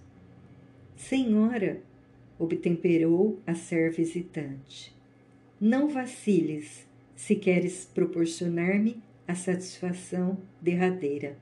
Senhora, obtemperou a serva hesitante, não vaciles se queres proporcionar-me a satisfação derradeira.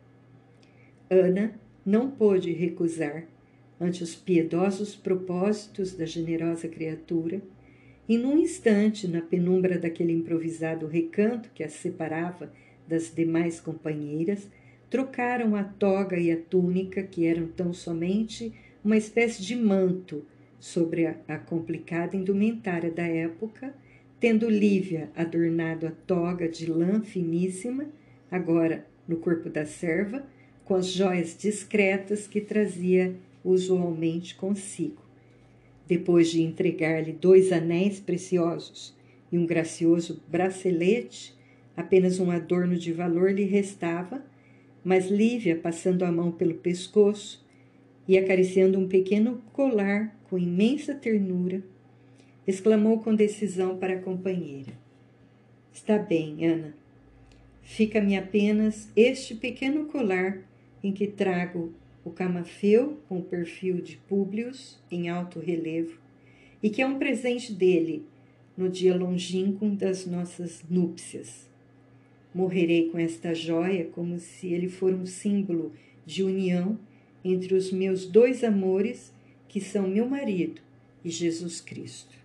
Ana não pôde recusar ante os piedosos propósitos da generosa criatura, e num instante, na penumbra daquele improvisado recanto que as separava das demais companheiras, trocaram a toga e a túnica, que eram tão somente uma espécie de manto sobre a complicada indumentária da época, tendo Lívia adornado a toga de lã finíssima, agora no corpo da serva, com as joias discretas que trazia usualmente consigo. Depois de entregar-lhe 2 anéis preciosos e um gracioso bracelete, apenas um adorno de valor lhe restava, mas Lívia, passando a mão pelo pescoço e acariciando um pequeno colar com imensa ternura, exclamou com decisão para a companheira: Está bem, Ana. Fica-me apenas este pequeno colar em que trago o camafeu com o perfil de Públio em alto relevo e que é um presente dele no dia longínquo das nossas núpcias. Morrerei com esta joia como se ele for um símbolo de união entre os meus 2 amores, que são meu marido e Jesus Cristo.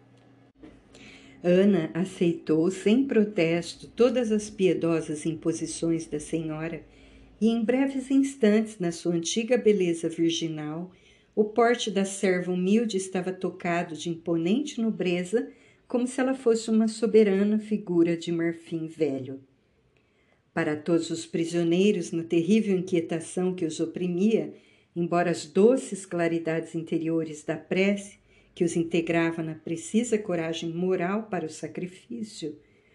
Ana aceitou sem protesto todas as piedosas imposições da senhora e em breves instantes, na sua antiga beleza virginal, o porte da serva humilde estava tocado de imponente nobreza, como se ela fosse uma soberana figura de marfim velho. Para todos os prisioneiros, na terrível inquietação que os oprimia, embora as doces claridades interiores da prece que os integrava na precisa coragem moral para o sacrifício,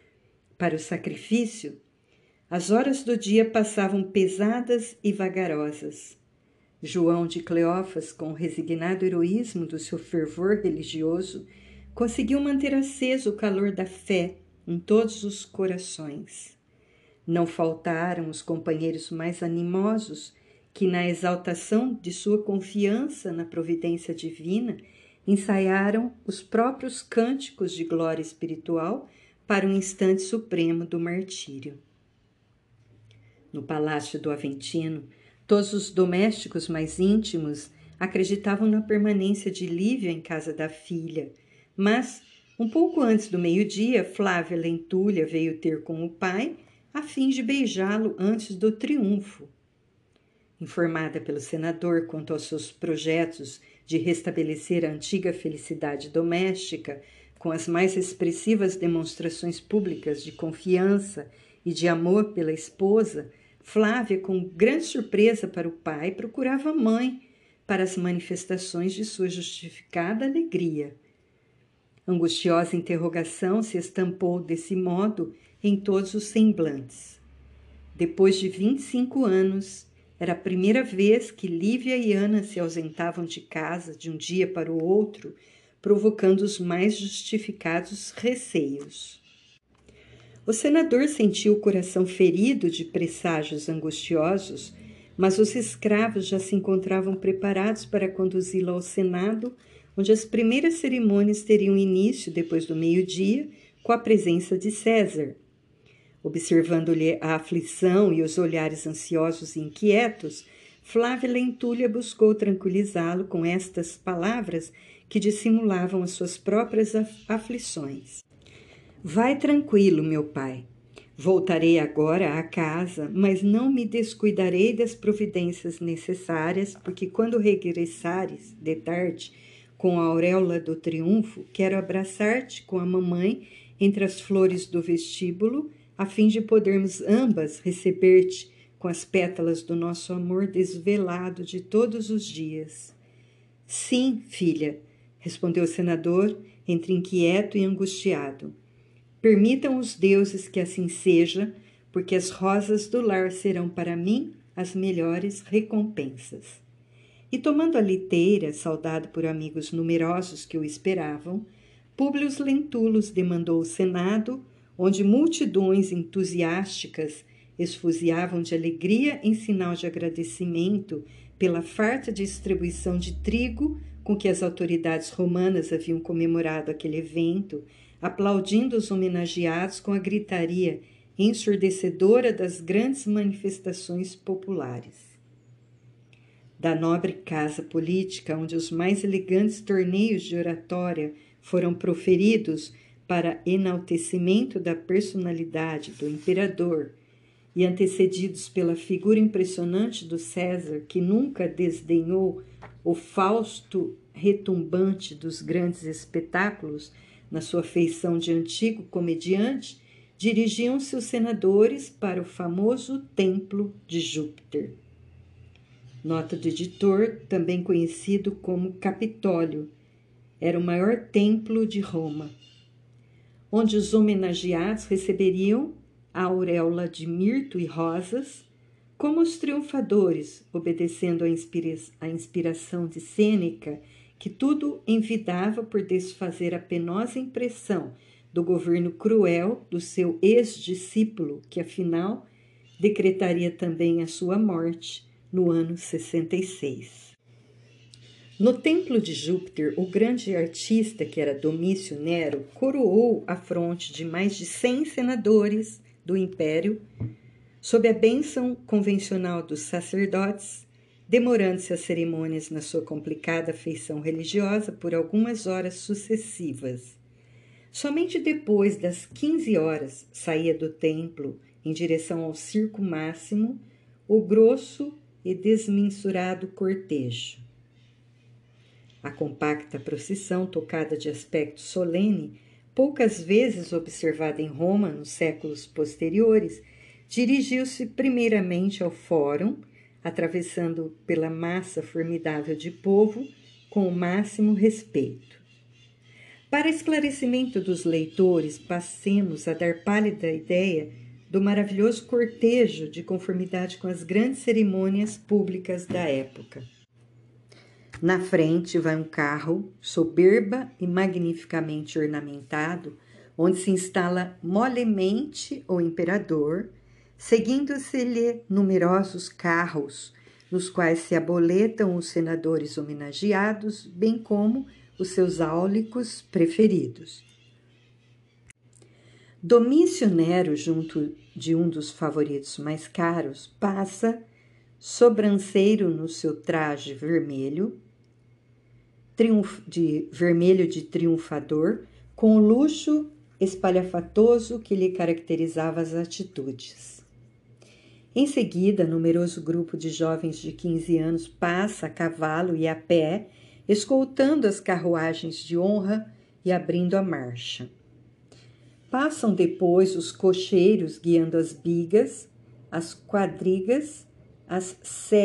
as horas do dia passavam pesadas e vagarosas. João de Cleófas, com o resignado heroísmo do seu fervor religioso, conseguiu manter aceso o calor da fé em todos os corações. Não faltaram os companheiros mais animosos que, na exaltação de sua confiança na providência divina, ensaiaram os próprios cânticos de glória espiritual para o instante supremo do martírio. No palácio do Aventino, todos os domésticos mais íntimos acreditavam na permanência de Lívia em casa da filha, mas, Um pouco antes do meio-dia, Flávia Lentulha veio ter com o pai, a fim de beijá-lo antes do triunfo. Informada pelo senador quanto aos seus projetos de restabelecer a antiga felicidade doméstica, com as mais expressivas demonstrações públicas de confiança e de amor pela esposa, Flávia, com grande surpresa para o pai, procurava a mãe para as manifestações de sua justificada alegria. Angustiosa interrogação se estampou desse modo em todos os semblantes. Depois de 25 anos, era a primeira vez que Lívia e Ana se ausentavam de casa de um dia para o outro, provocando os mais justificados receios. O senador sentiu o coração ferido de presságios angustiosos, mas os escravos já se encontravam preparados para conduzi-lo ao Senado, onde as primeiras cerimônias teriam início depois do meio-dia, com a presença de César. Observando-lhe a aflição e os olhares ansiosos e inquietos, Flávia Lentulha buscou tranquilizá-lo com estas palavras que dissimulavam as suas próprias aflições. Vai tranquilo, meu pai. Voltarei agora à casa, mas não me descuidarei das providências necessárias, porque quando regressares de tarde com a auréola do triunfo, quero abraçar-te com a mamãe entre as flores do vestíbulo, a fim de podermos ambas receber-te com as pétalas do nosso amor desvelado de todos os dias. Sim, filha, respondeu o senador, entre inquieto e angustiado. Permitam os deuses que assim seja, porque as rosas do lar serão para mim as melhores recompensas. E tomando a liteira, saudado por amigos numerosos que o esperavam, Públio Lentulus demandou o Senado, onde multidões entusiásticas esfuziavam de alegria em sinal de agradecimento pela farta distribuição de trigo com que as autoridades romanas haviam comemorado aquele evento, aplaudindo os homenageados com a gritaria ensurdecedora das grandes manifestações populares. Da nobre casa política, onde os mais elegantes torneios de oratória foram proferidos para enaltecimento da personalidade do imperador e antecedidos pela figura impressionante do César, que nunca desdenhou o fausto retumbante dos grandes espetáculos na sua feição de antigo comediante, dirigiam-se os senadores para o famoso Templo de Júpiter. Nota do editor, também conhecido como Capitólio, era o maior templo de Roma, onde os homenageados receberiam a auréola de mirto e rosas, como os triunfadores, obedecendo à inspiração de Sêneca, que tudo envidava por desfazer a penosa impressão do governo cruel do seu ex-discípulo, que afinal decretaria também a sua morte no ano 66. No Templo de Júpiter, o grande artista, que era Domício Nero, coroou a fronte de mais de 100 senadores do Império, sob a bênção convencional dos sacerdotes, demorando-se as cerimônias na sua complicada feição religiosa por algumas horas sucessivas. Somente depois das 15 horas saía do templo em direção ao circo máximo o grosso e desmensurado cortejo. A compacta procissão, tocada de aspecto solene, poucas vezes observada em Roma nos séculos posteriores, dirigiu-se primeiramente ao fórum, atravessando pela massa formidável de povo com o máximo respeito. Para esclarecimento dos leitores, passemos a dar pálida ideia do maravilhoso cortejo de conformidade com as grandes cerimônias públicas da época. Na frente vai um carro soberba e magnificamente ornamentado, onde se instala molemente o imperador, seguindo-se-lhe numerosos carros, nos quais se aboletam os senadores homenageados, bem como os seus áulicos preferidos. Domício Nero, junto de um dos favoritos mais caros, passa, sobranceiro no seu traje vermelho de triunfador, com o luxo espalhafatoso que lhe caracterizava as atitudes. Em seguida, numeroso grupo de jovens de 15 anos passa a cavalo e a pé, escoltando as carruagens de honra e abrindo a marcha. Passam depois os cocheiros guiando as bigas, as quadrigas, as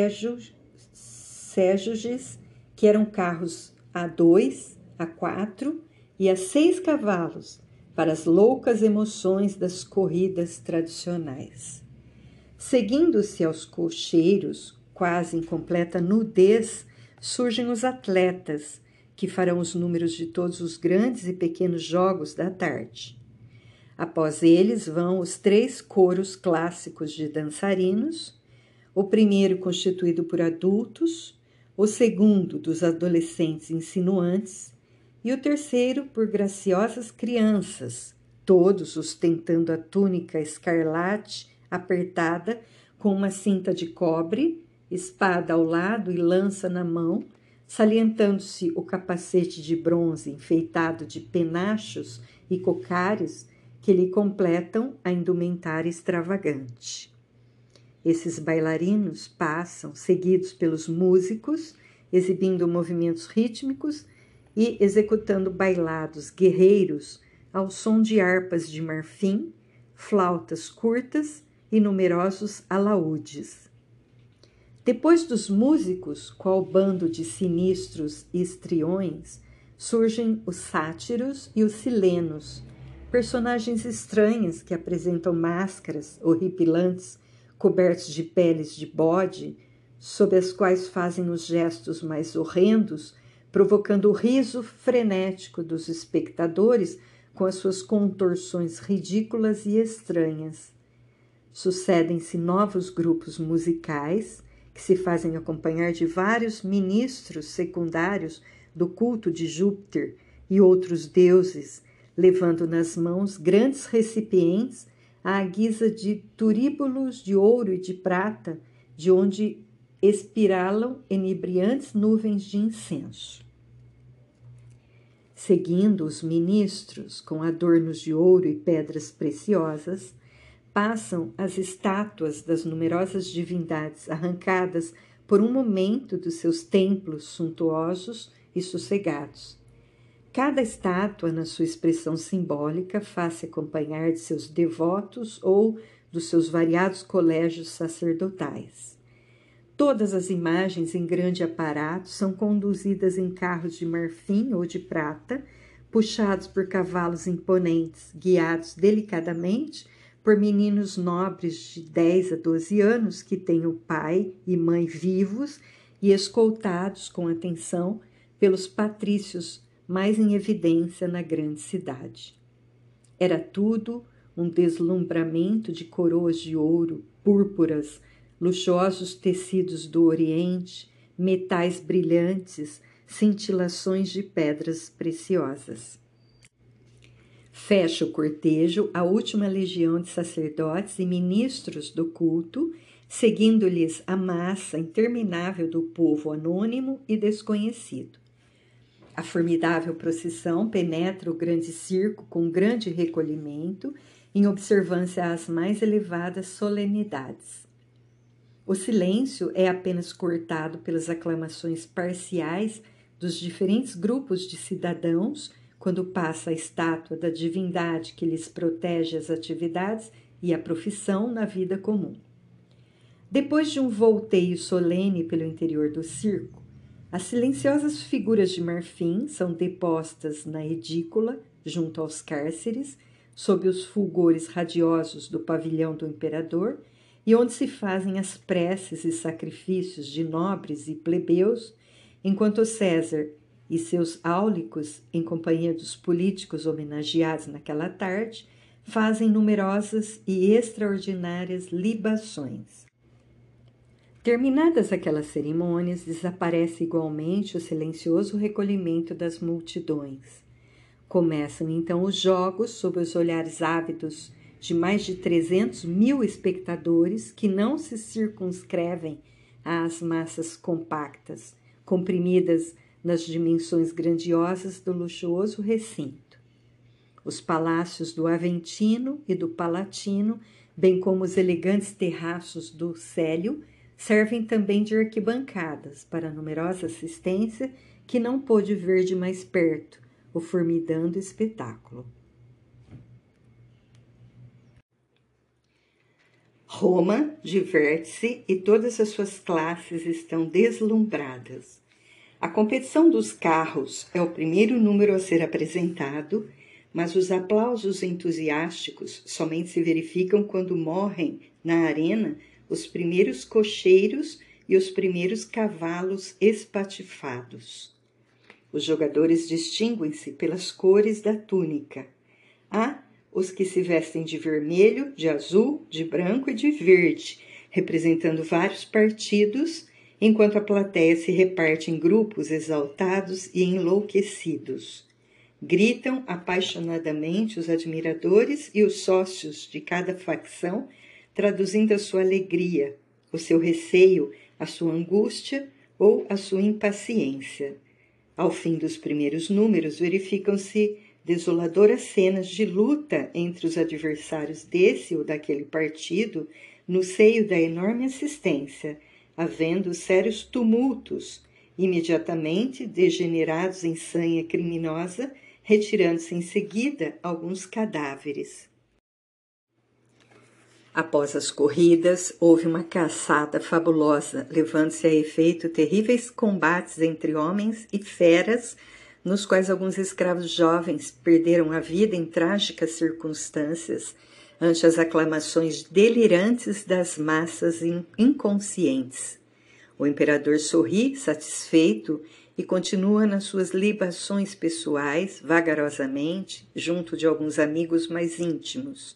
séjuges, que eram carros a 2, a 4 e a 6 cavalos, para as loucas emoções das corridas tradicionais. Seguindo-se aos cocheiros, quase em completa nudez, surgem os atletas, que farão os números de todos os grandes e pequenos jogos da tarde. Após eles vão os 3 coros clássicos de dançarinos, o primeiro constituído por adultos, o segundo dos adolescentes insinuantes e o terceiro por graciosas crianças, todos ostentando a túnica escarlate apertada com uma cinta de cobre, espada ao lado e lança na mão, salientando-se o capacete de bronze enfeitado de penachos e cocares que lhe completam a indumentária extravagante. Esses bailarinos passam, seguidos pelos músicos, exibindo movimentos rítmicos e executando bailados guerreiros ao som de harpas de marfim, flautas curtas e numerosos alaúdes. Depois dos músicos, qual bando de sinistros histriões, surgem os sátiros e os silenos, personagens estranhas que apresentam máscaras horripilantes cobertos de peles de bode, sob as quais fazem os gestos mais horrendos, provocando o riso frenético dos espectadores com as suas contorções ridículas e estranhas. Sucedem-se novos grupos musicais que se fazem acompanhar de vários ministros secundários do culto de Júpiter e outros deuses, levando nas mãos grandes recipientes à guisa de turíbulos de ouro e de prata, de onde espiralam inebriantes nuvens de incenso. Seguindo os ministros, com adornos de ouro e pedras preciosas, passam as estátuas das numerosas divindades arrancadas por um momento dos seus templos suntuosos e sossegados. Cada estátua, na sua expressão simbólica, faz-se acompanhar de seus devotos ou dos seus variados colégios sacerdotais. Todas as imagens em grande aparato são conduzidas em carros de marfim ou de prata, puxados por cavalos imponentes, guiados delicadamente por meninos nobres de 10 a 12 anos que têm o pai e mãe vivos e escoltados com atenção pelos patrícios mais em evidência na grande cidade. Era tudo um deslumbramento de coroas de ouro, púrpuras, luxuosos tecidos do Oriente, metais brilhantes, cintilações de pedras preciosas. Fecha o cortejo a última legião de sacerdotes e ministros do culto, seguindo-lhes a massa interminável do povo anônimo e desconhecido. A formidável procissão penetra o grande circo com grande recolhimento, em observância às mais elevadas solenidades. O silêncio é apenas cortado pelas aclamações parciais dos diferentes grupos de cidadãos quando passa a estátua da divindade que lhes protege as atividades e a profissão na vida comum. Depois de um volteio solene pelo interior do circo, as silenciosas figuras de marfim são depostas na edícula, junto aos cárceres, sob os fulgores radiosos do pavilhão do imperador, e onde se fazem as preces e sacrifícios de nobres e plebeus, enquanto César e seus áulicos, em companhia dos políticos homenageados naquela tarde, fazem numerosas e extraordinárias libações. Terminadas aquelas cerimônias, desaparece igualmente o silencioso recolhimento das multidões. Começam então os jogos sob os olhares ávidos de mais de 300.000 espectadores que não se circunscrevem às massas compactas, comprimidas nas dimensões grandiosas do luxuoso recinto. Os palácios do Aventino e do Palatino, bem como os elegantes terraços do Célio, servem também de arquibancadas para a numerosa assistência que não pôde ver de mais perto o formidando espetáculo. Roma diverte-se e todas as suas classes estão deslumbradas. A competição dos carros é o primeiro número a ser apresentado, mas os aplausos entusiásticos somente se verificam quando morrem na arena os primeiros cocheiros e os primeiros cavalos espatifados. Os jogadores distinguem-se pelas cores da túnica. Há os que se vestem de vermelho, de azul, de branco e de verde, representando vários partidos, enquanto a plateia se reparte em grupos exaltados e enlouquecidos. Gritam apaixonadamente os admiradores e os sócios de cada facção, traduzindo a sua alegria, o seu receio, a sua angústia ou a sua impaciência. Ao fim dos primeiros números, verificam-se desoladoras cenas de luta entre os adversários desse ou daquele partido no seio da enorme assistência, havendo sérios tumultos, imediatamente degenerados em sanha criminosa, retirando-se em seguida alguns cadáveres. Após as corridas, houve uma caçada fabulosa, levando-se a efeito terríveis combates entre homens e feras, nos quais alguns escravos jovens perderam a vida em trágicas circunstâncias, ante as aclamações delirantes das massas inconscientes. O imperador sorri, satisfeito, e continua nas suas libações pessoais, vagarosamente, junto de alguns amigos mais íntimos.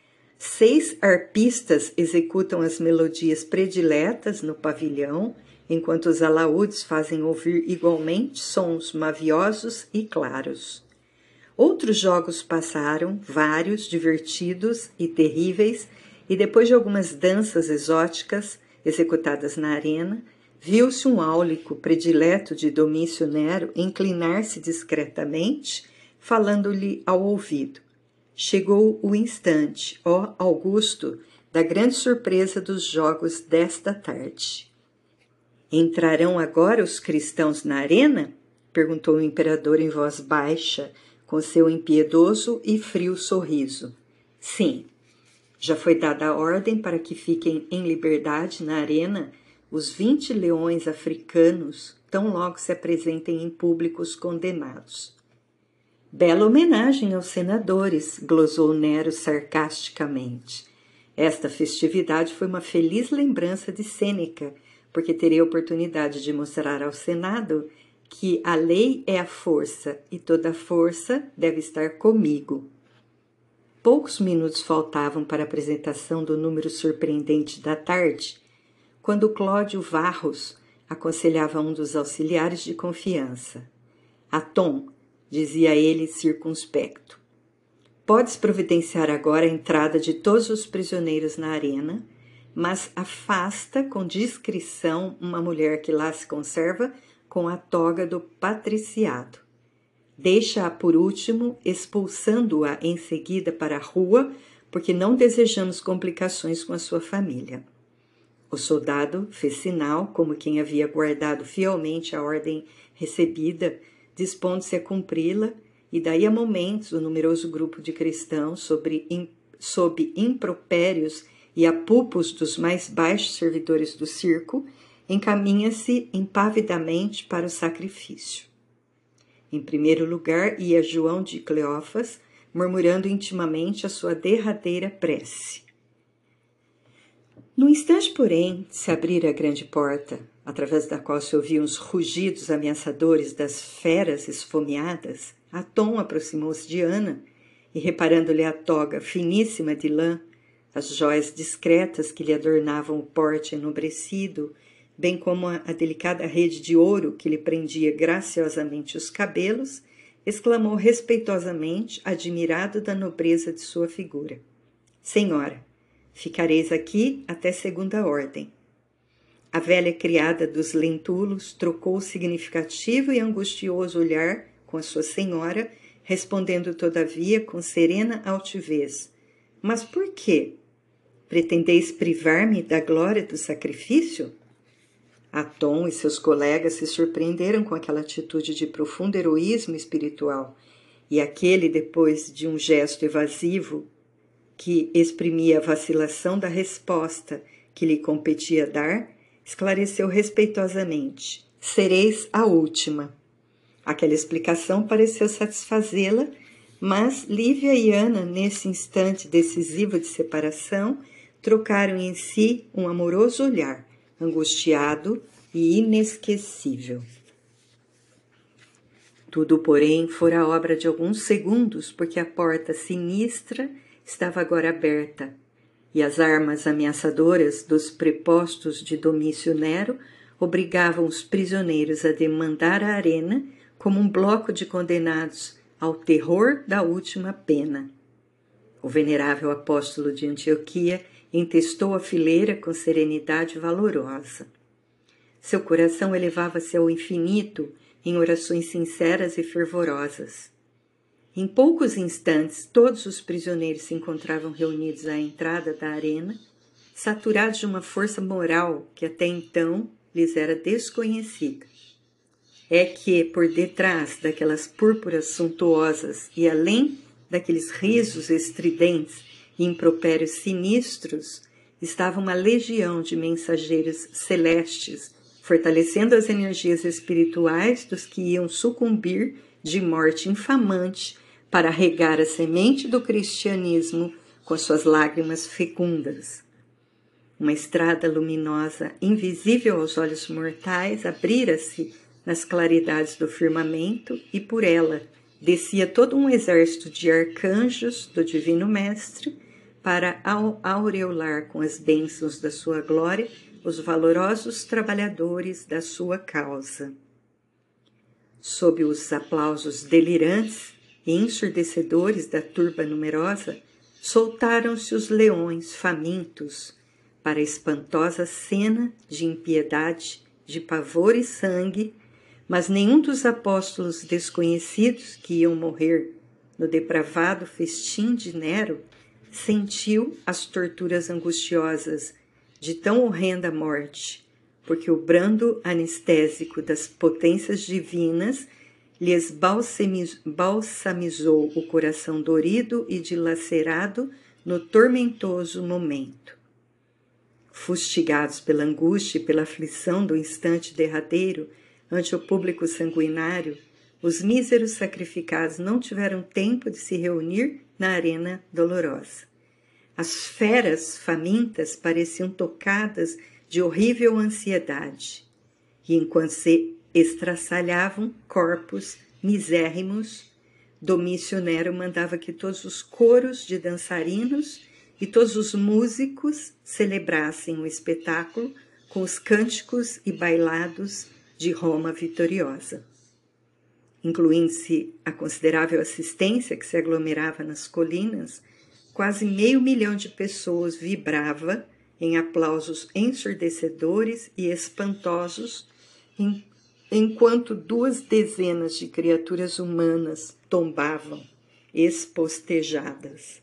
6 arpistas executam as melodias prediletas no pavilhão, enquanto os alaúdes fazem ouvir igualmente sons maviosos e claros. Outros jogos passaram, vários, divertidos e terríveis, e depois de algumas danças exóticas executadas na arena, viu-se um áulico predileto de Domício Nero inclinar-se discretamente, falando-lhe ao ouvido. Chegou o instante, ó Augusto, da grande surpresa dos jogos desta tarde. Entrarão agora os cristãos na arena? Perguntou o imperador em voz baixa, com seu impiedoso e frio sorriso. Sim, já foi dada a ordem para que fiquem em liberdade na arena os 20 leões africanos, tão logo se apresentem em público os condenados. Bela homenagem aos senadores, glosou Nero sarcasticamente. Esta festividade foi uma feliz lembrança de Sêneca, porque terei a oportunidade de mostrar ao Senado que a lei é a força e toda a força deve estar comigo. Poucos minutos faltavam para a apresentação do número surpreendente da tarde, quando Cláudio Varros aconselhava um dos auxiliares de confiança. Atom, dizia ele circunspecto, podes providenciar agora a entrada de todos os prisioneiros na arena, mas afasta com discrição uma mulher que lá se conserva com a toga do patriciado. Deixa-a por último, expulsando-a em seguida para a rua, porque não desejamos complicações com a sua família. O soldado fez sinal, como quem havia guardado fielmente a ordem recebida, dispondo-se a cumpri-la, e daí a momentos o numeroso grupo de cristãos, sob impropérios e apupos dos mais baixos servidores do circo, encaminha-se impavidamente para o sacrifício. Em primeiro lugar ia João de Cleófas, murmurando intimamente a sua derradeira prece. No instante, porém, se abrira a grande porta, através da qual se ouviam os rugidos ameaçadores das feras esfomeadas, Atom aproximou-se de Ana e, reparando-lhe a toga finíssima de lã, as jóias discretas que lhe adornavam o porte enobrecido, bem como a delicada rede de ouro que lhe prendia graciosamente os cabelos, exclamou respeitosamente, admirado da nobreza de sua figura. Senhora, ficareis aqui até segunda ordem. A velha criada dos lentulos trocou o significativo e angustioso olhar com a sua senhora respondendo todavia com serena altivez: Mas por quê? Pretendeis privar-me da glória do sacrifício? Atom e seus colegas se surpreenderam com aquela atitude de profundo heroísmo espiritual, e aquele, depois de um gesto evasivo que exprimia a vacilação da resposta que lhe competia dar, esclareceu respeitosamente: Sereis a última. Aquela explicação pareceu satisfazê-la, mas Lívia e Ana, nesse instante decisivo de separação, trocaram em si um amoroso olhar, angustiado e inesquecível. Tudo, porém, fora obra de alguns segundos, porque a porta sinistra estava agora aberta, e as armas ameaçadoras dos prepostos de Domício Nero obrigavam os prisioneiros a demandar a arena como um bloco de condenados ao terror da última pena. O venerável apóstolo de Antioquia entestou a fileira com serenidade valorosa. Seu coração elevava-se ao infinito em orações sinceras e fervorosas. Em poucos instantes, todos os prisioneiros se encontravam reunidos à entrada da arena, saturados de uma força moral que até então lhes era desconhecida. É que, por detrás daquelas púrpuras suntuosas e além daqueles risos estridentes e impropérios sinistros, estava uma legião de mensageiros celestes, fortalecendo as energias espirituais dos que iam sucumbir de morte infamante para regar a semente do cristianismo com suas lágrimas fecundas. Uma estrada luminosa, invisível aos olhos mortais, abrira-se nas claridades do firmamento e por ela descia todo um exército de arcanjos do Divino Mestre para aureolar com as bênçãos da sua glória os valorosos trabalhadores da sua causa. Sob os aplausos delirantes e ensurdecedores da turba numerosa, soltaram-se os leões famintos para a espantosa cena de impiedade, de pavor e sangue, mas nenhum dos apóstolos desconhecidos que iam morrer no depravado festim de Nero sentiu as torturas angustiosas de tão horrenda morte, porque o brando anestésico das potências divinas lhes balsamizou o coração dorido e dilacerado no tormentoso momento. Fustigados pela angústia e pela aflição do instante derradeiro ante o público sanguinário, os míseros sacrificados não tiveram tempo de se reunir na arena dolorosa. As feras famintas pareciam tocadas de horrível ansiedade, e enquanto se estraçalhavam corpos misérrimos, Domício Nero mandava que todos os coros de dançarinos e todos os músicos celebrassem o espetáculo com os cânticos e bailados de Roma vitoriosa. Incluindo-se a considerável assistência que se aglomerava nas colinas, quase 500 mil de pessoas vibrava em aplausos ensurdecedores e espantosos, enquanto 2 dezenas de criaturas humanas tombavam, espostejadas.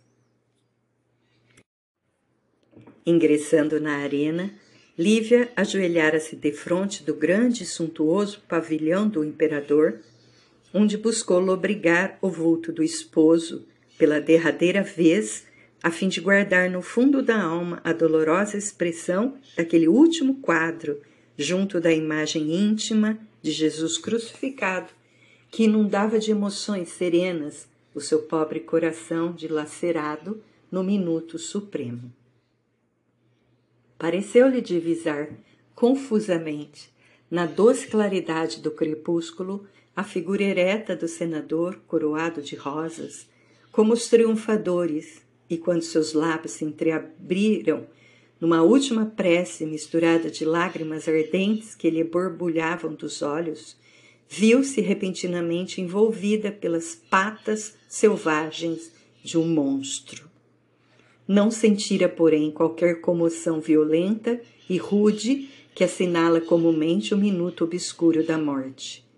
Ingressando na arena, Lívia ajoelhara-se defronte do grande e suntuoso pavilhão do imperador, onde buscou lobrigar o vulto do esposo pela derradeira vez, a fim de guardar no fundo da alma a dolorosa expressão daquele último quadro, junto da imagem íntima de Jesus crucificado, que inundava de emoções serenas o seu pobre coração dilacerado no minuto supremo. Pareceu-lhe divisar confusamente, na doce claridade do crepúsculo, a figura ereta do senador coroado de rosas, como os triunfadores, e quando seus lábios se entreabriram numa última prece misturada de lágrimas ardentes que lhe borbulhavam dos olhos, viu-se repentinamente envolvida pelas patas selvagens de um monstro. Não sentira, porém, qualquer comoção violenta e rude que assinala comumente o minuto obscuro da morte.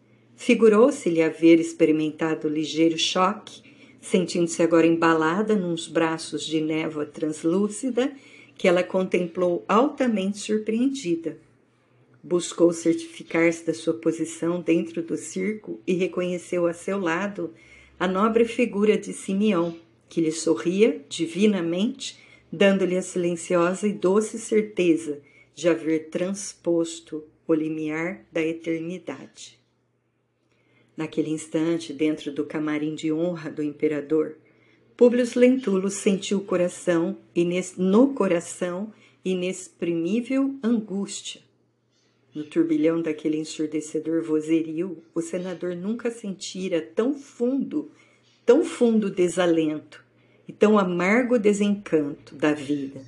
Figurou-se-lhe haver experimentado ligeiro choque, sentindo-se agora embalada nos braços de névoa translúcida, que ela contemplou altamente surpreendida. Buscou certificar-se da sua posição dentro do circo e reconheceu a seu lado a nobre figura de Simeão, que lhe sorria divinamente, dando-lhe a silenciosa e doce certeza de haver transposto o limiar da eternidade. Naquele instante, dentro do camarim de honra do imperador, Públio Lentulus sentiu no coração inexprimível angústia. No turbilhão daquele ensurdecedor vozerio, o senador nunca sentira tão fundo desalento e tão amargo desencanto da vida.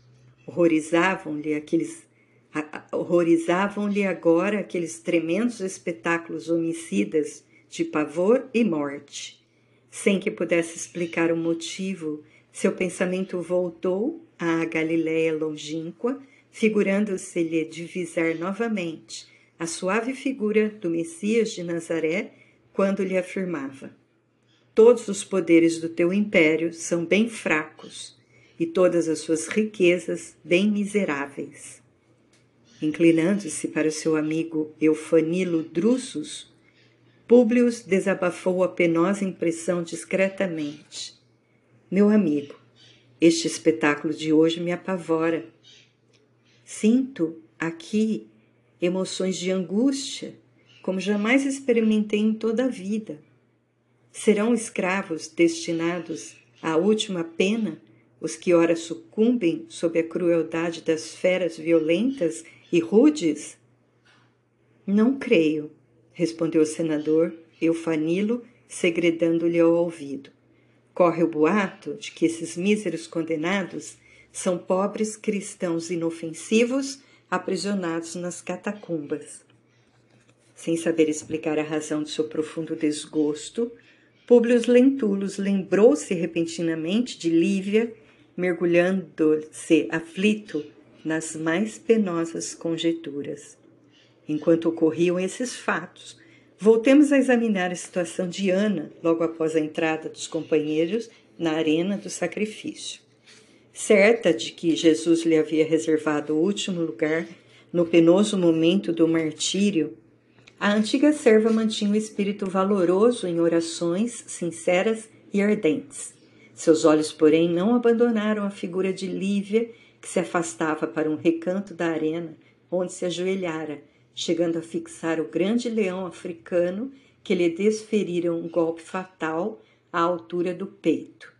Horrorizavam-lhe agora aqueles tremendos espetáculos homicidas de pavor e morte. Sem que pudesse explicar o motivo, seu pensamento voltou à Galiléia longínqua, figurando-se-lhe divisar novamente a suave figura do Messias de Nazaré, quando lhe afirmava: todos os poderes do teu império são bem fracos, e todas as suas riquezas bem miseráveis. Inclinando-se para o seu amigo Eufanilo Drusus, Públio desabafou a penosa impressão discretamente. Meu amigo, este espetáculo de hoje me apavora. Sinto aqui emoções de angústia, como jamais experimentei em toda a vida. Serão escravos destinados à última pena os que ora sucumbem sob a crueldade das feras violentas e rudes? Não creio, respondeu o senador Eufanilo, segredando-lhe ao ouvido. Corre o boato de que esses míseros condenados são pobres cristãos inofensivos aprisionados nas catacumbas. Sem saber explicar a razão de seu profundo desgosto, Públio Lentulus lembrou-se repentinamente de Lívia, mergulhando-se aflito nas mais penosas conjecturas. Enquanto ocorriam esses fatos, voltemos a examinar a situação de Ana logo após a entrada dos companheiros na arena do sacrifício. Certa de que Jesus lhe havia reservado o último lugar no penoso momento do martírio, a antiga serva mantinha o espírito valoroso em orações sinceras e ardentes. Seus olhos, porém, não abandonaram a figura de Lívia, que se afastava para um recanto da arena, onde se ajoelhara, chegando a fixar o grande leão africano que lhe desferira um golpe fatal à altura do peito.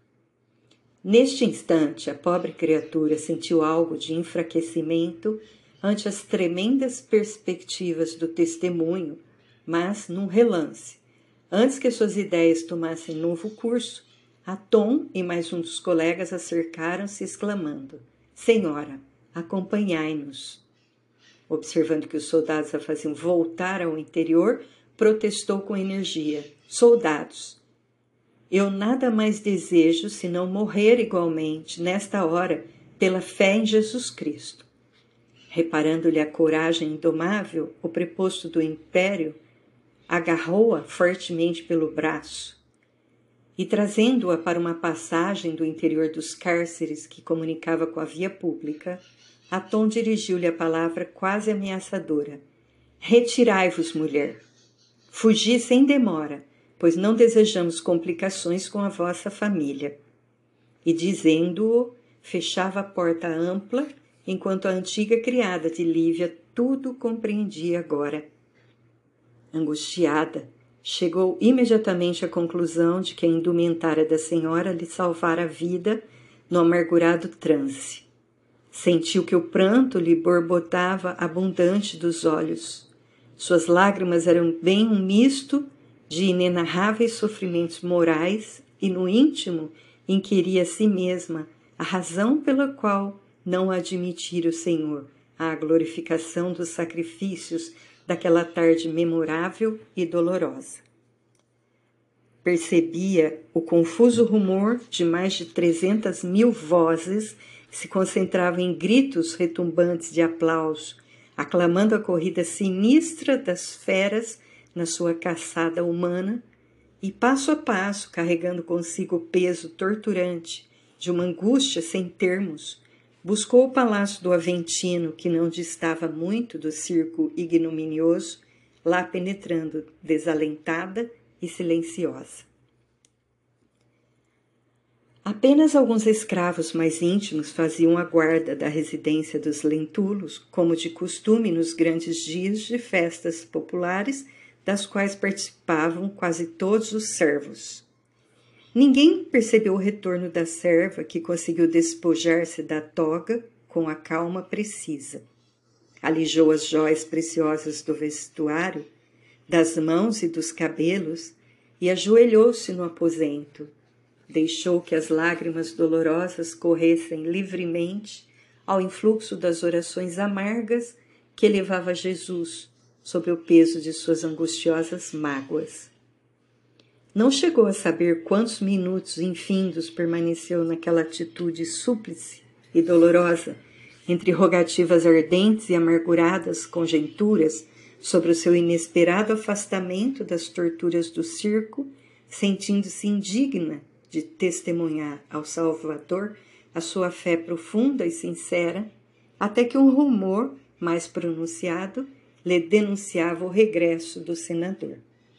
Neste instante, a pobre criatura sentiu algo de enfraquecimento ante as tremendas perspectivas do testemunho, mas num relance, antes que suas ideias tomassem novo curso, Atom e mais um dos colegas acercaram-se exclamando: Senhora, acompanhai-nos. Observando que os soldados a faziam voltar ao interior, protestou com energia: Soldados, eu nada mais desejo senão morrer igualmente, nesta hora, pela fé em Jesus Cristo. Reparando-lhe a coragem indomável, o preposto do império agarrou-a fortemente pelo braço e, trazendo-a para uma passagem do interior dos cárceres que comunicava com a via pública, Atom dirigiu-lhe a palavra quase ameaçadora: Retirai-vos, mulher. Fugi sem demora, pois não desejamos complicações com a vossa família. E, dizendo-o, fechava a porta ampla, enquanto a antiga criada de Lívia tudo compreendia agora. Angustiada, chegou imediatamente à conclusão de que a indumentária da senhora lhe salvara a vida no amargurado transe. Sentiu que o pranto lhe borbotava abundante dos olhos. Suas lágrimas eram bem um misto de inenarráveis sofrimentos morais e, no íntimo, inquiria a si mesma a razão pela qual não admitira o Senhor à glorificação dos sacrifícios daquela tarde memorável e dolorosa. Percebia o confuso rumor de mais de 300.000 vozes que se concentravam em gritos retumbantes de aplauso, aclamando a corrida sinistra das feras na sua caçada humana e, passo a passo, carregando consigo o peso torturante de uma angústia sem termos, buscou o palácio do Aventino, que não distava muito do circo ignominioso, lá penetrando, desalentada e silenciosa. Apenas alguns escravos mais íntimos faziam a guarda da residência dos Lentulos, como de costume nos grandes dias de festas populares, das quais participavam quase todos os servos. Ninguém percebeu o retorno da serva, que conseguiu despojar-se da toga com a calma precisa. Alijou as jóias preciosas do vestuário, das mãos e dos cabelos, e ajoelhou-se no aposento. Deixou que as lágrimas dolorosas corressem livremente ao influxo das orações amargas que elevava Jesus sob o peso de suas angustiosas mágoas. Não chegou a saber quantos minutos infindos permaneceu naquela atitude súplice e dolorosa, entre rogativas ardentes e amarguradas conjecturas sobre o seu inesperado afastamento das torturas do circo, sentindo-se indigna de testemunhar ao Salvador a sua fé profunda e sincera, até que um rumor mais pronunciado lhe denunciava o regresso do senador.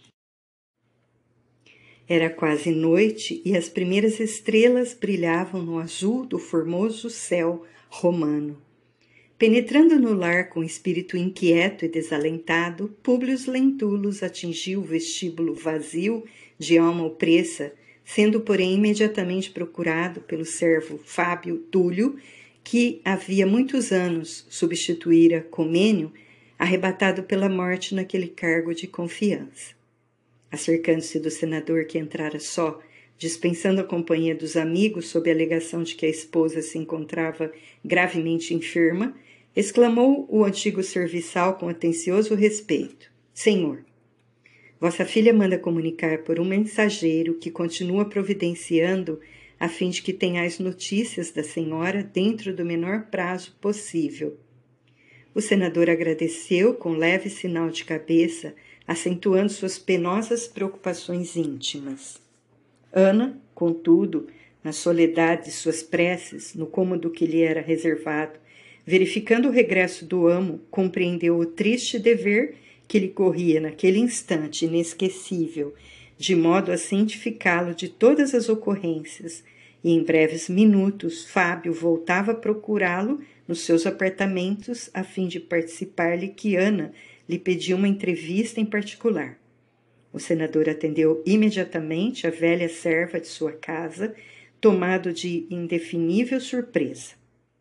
Era quase noite e as primeiras estrelas brilhavam no azul do formoso céu romano. Penetrando no lar com espírito inquieto e desalentado, Públio Lentulus atingiu o vestíbulo vazio de alma opressa, sendo, porém, imediatamente procurado pelo servo Fábio Túlio, que havia muitos anos substituíra Comênio, arrebatado pela morte naquele cargo de confiança. Acercando-se do senador, que entrara só, dispensando a companhia dos amigos sob a alegação de que a esposa se encontrava gravemente enferma, exclamou o antigo serviçal com atencioso respeito: Senhor, vossa filha manda comunicar por um mensageiro que continua providenciando a fim de que tenhais notícias da senhora dentro do menor prazo possível. O senador agradeceu com leve sinal de cabeça, acentuando suas penosas preocupações íntimas. Ana, contudo, na soledade de suas preces, no cômodo que lhe era reservado, verificando o regresso do amo, compreendeu o triste dever que lhe corria naquele instante inesquecível, de modo a cientificá-lo de todas as ocorrências, e em breves minutos Fábio voltava a procurá-lo nos seus apartamentos a fim de participar-lhe que Ana lhe pedia uma entrevista em particular. O senador atendeu imediatamente a velha serva de sua casa, tomado de indefinível surpresa.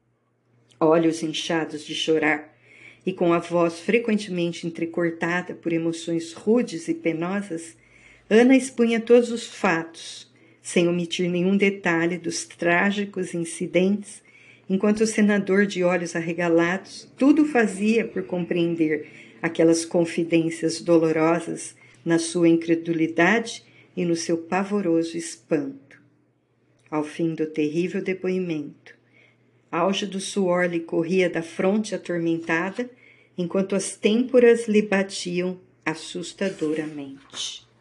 Olhos inchados de chorar e com a voz frequentemente entrecortada por emoções rudes e penosas, Ana expunha todos os fatos, sem omitir nenhum detalhe dos trágicos incidentes, enquanto o senador, de olhos arregalados, tudo fazia por compreender aquelas confidências dolorosas na sua incredulidade e no seu pavoroso espanto. Ao fim do terrível depoimento, auge do suor lhe corria da fronte atormentada, enquanto as têmporas lhe batiam assustadoramente.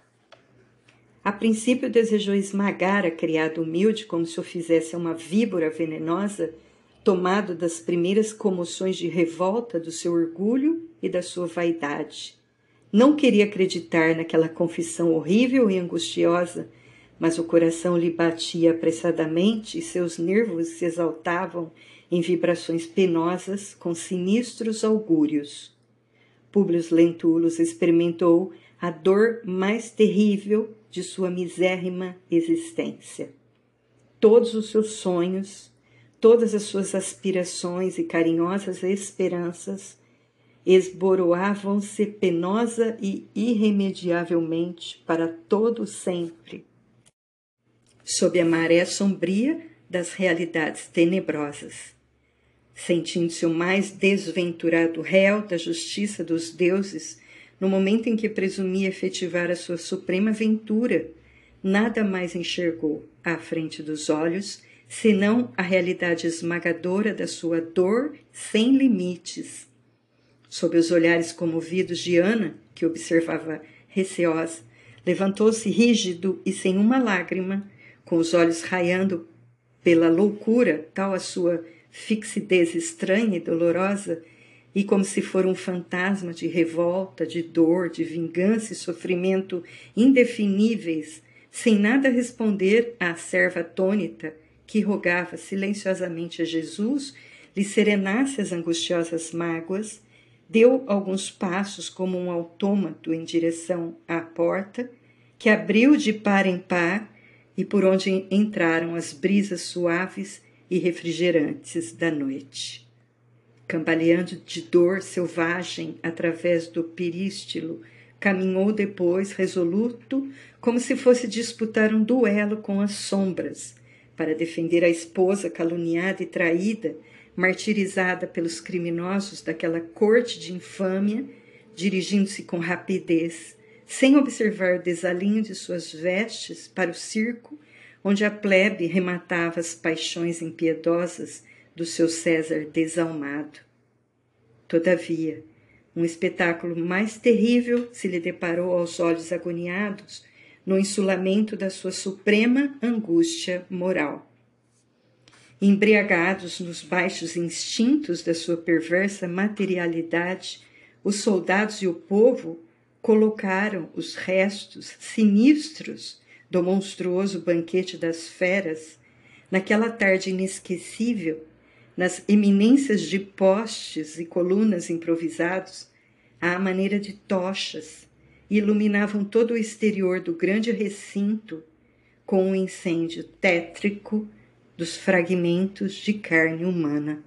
A princípio desejou esmagar a criada humilde como se o fizesse uma víbora venenosa, tomado das primeiras comoções de revolta do seu orgulho e da sua vaidade. Não queria acreditar naquela confissão horrível e angustiosa, mas o coração lhe batia apressadamente e seus nervos se exaltavam em vibrações penosas com sinistros augúrios. Públio Lentulus experimentou a dor mais terrível de sua misérrima existência. Todos os seus sonhos, todas as suas aspirações e carinhosas esperanças esboroavam-se penosa e irremediavelmente para todo sempre, sob a maré sombria das realidades tenebrosas. Sentindo-se o mais desventurado réu da justiça dos deuses, no momento em que presumia efetivar a sua suprema ventura, nada mais enxergou à frente dos olhos, senão a realidade esmagadora da sua dor sem limites. Sob os olhares comovidos de Ana, que observava receosa, levantou-se rígido e sem uma lágrima, com os olhos raiando pela loucura, tal a sua fixidez estranha e dolorosa, e como se for um fantasma de revolta, de dor, de vingança e sofrimento indefiníveis, sem nada responder à serva atônita que rogava silenciosamente a Jesus lhe serenasse as angustiosas mágoas, deu alguns passos como um autômato em direção à porta, que abriu de par em par e por onde entraram as brisas suaves e refrigerantes da noite. Cambaleando de dor selvagem através do perístilo, caminhou depois resoluto, como se fosse disputar um duelo com as sombras, para defender a esposa caluniada e traída, martirizada pelos criminosos daquela corte de infâmia, dirigindo-se com rapidez, sem observar o desalinho de suas vestes, para o circo, onde a plebe rematava as paixões impiedosas do seu César desalmado. Todavia, um espetáculo mais terrível se lhe deparou aos olhos agoniados no insulamento da sua suprema angústia moral. Embriagados nos baixos instintos da sua perversa materialidade, os soldados e o povo colocaram os restos sinistros do monstruoso banquete das feras, naquela tarde inesquecível, nas eminências de postes e colunas improvisados, à maneira de tochas, e iluminavam todo o exterior do grande recinto com um incêndio tétrico dos fragmentos de carne humana.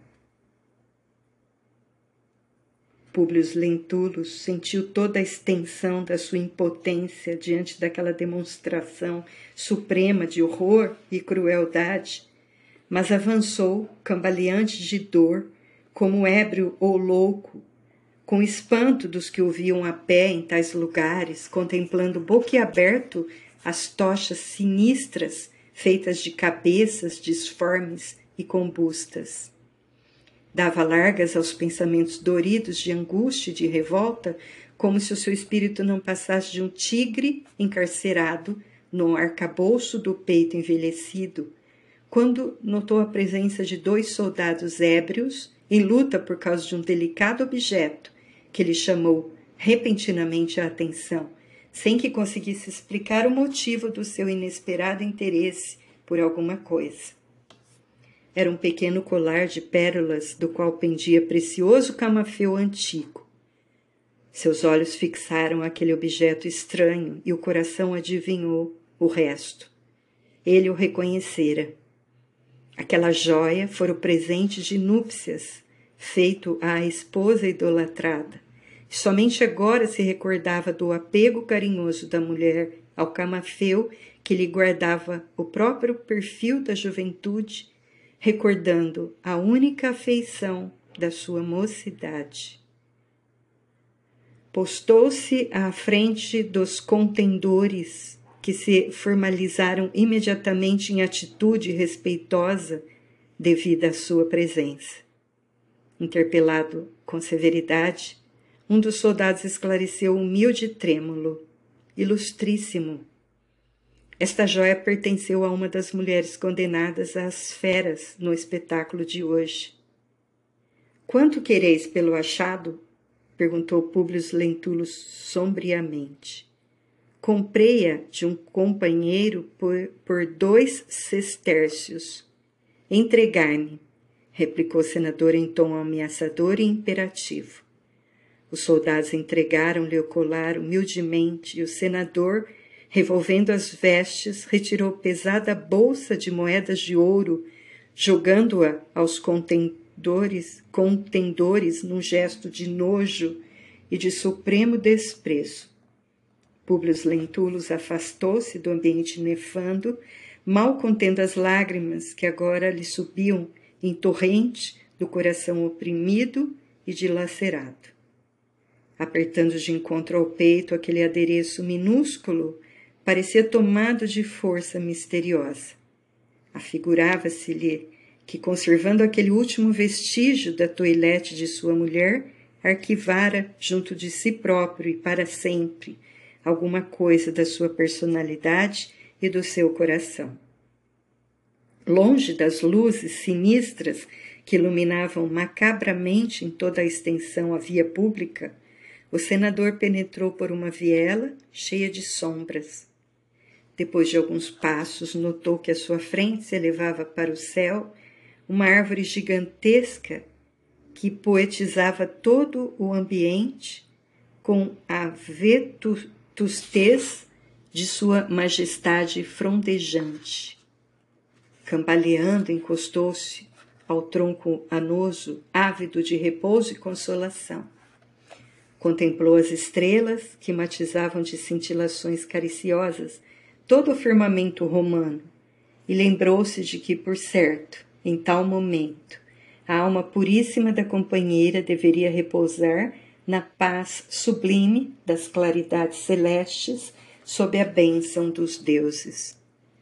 Públio Lentulus sentiu toda a extensão da sua impotência diante daquela demonstração suprema de horror e crueldade, mas avançou, cambaleante de dor, como ébrio ou louco, com espanto dos que o viam a pé em tais lugares, contemplando boquiaberto as tochas sinistras feitas de cabeças disformes e combustas. Dava largas aos pensamentos doridos de angústia e de revolta, como se o seu espírito não passasse de um tigre encarcerado no arcabouço do peito envelhecido, quando notou a presença de 2 soldados ébrios em luta por causa de um delicado objeto que lhe chamou repentinamente a atenção, sem que conseguisse explicar o motivo do seu inesperado interesse por alguma coisa. Era um pequeno colar de pérolas do qual pendia precioso camafeu antigo. Seus olhos fixaram aquele objeto estranho e o coração adivinhou o resto. Ele o reconhecera. Aquela joia fora o presente de núpcias feito à esposa idolatrada. E somente agora se recordava do apego carinhoso da mulher ao camafeu que lhe guardava o próprio perfil da juventude, recordando a única afeição da sua mocidade. Postou-se à frente dos contendores, que se formalizaram imediatamente em atitude respeitosa devido à sua presença. Interpelado com severidade, um dos soldados esclareceu humilde e trêmulo: Ilustríssimo, esta joia pertenceu a uma das mulheres condenadas às feras no espetáculo de hoje. Quanto quereis pelo achado? Perguntou Públio Lentulus sombriamente. Comprei-a de um companheiro por 2 sestércios. Entregar-me, replicou o senador em tom ameaçador e imperativo. Os soldados entregaram-lhe o colar humildemente e o senador, revolvendo as vestes, retirou pesada bolsa de moedas de ouro, jogando-a aos contendores num gesto de nojo e de supremo desprezo. Públio Lentulus afastou-se do ambiente nefando, mal contendo as lágrimas que agora lhe subiam em torrente do coração oprimido e dilacerado. Apertando de encontro ao peito aquele adereço minúsculo, parecia tomado de força misteriosa. Afigurava-se-lhe que, conservando aquele último vestígio da toilette de sua mulher, arquivara junto de si próprio e para sempre alguma coisa da sua personalidade e do seu coração. Longe das luzes sinistras que iluminavam macabramente em toda a extensão a via pública, o senador penetrou por uma viela cheia de sombras. Depois de alguns passos, notou que à sua frente se elevava para o céu uma árvore gigantesca que poetizava todo o ambiente com a vetustez de sua majestade frondejante. Cambaleando, encostou-se ao tronco anoso, ávido de repouso e consolação. Contemplou as estrelas que matizavam de cintilações cariciosas todo o firmamento romano e lembrou-se de que, por certo, em tal momento, a alma puríssima da companheira deveria repousar na paz sublime das claridades celestes sob a bênção dos deuses.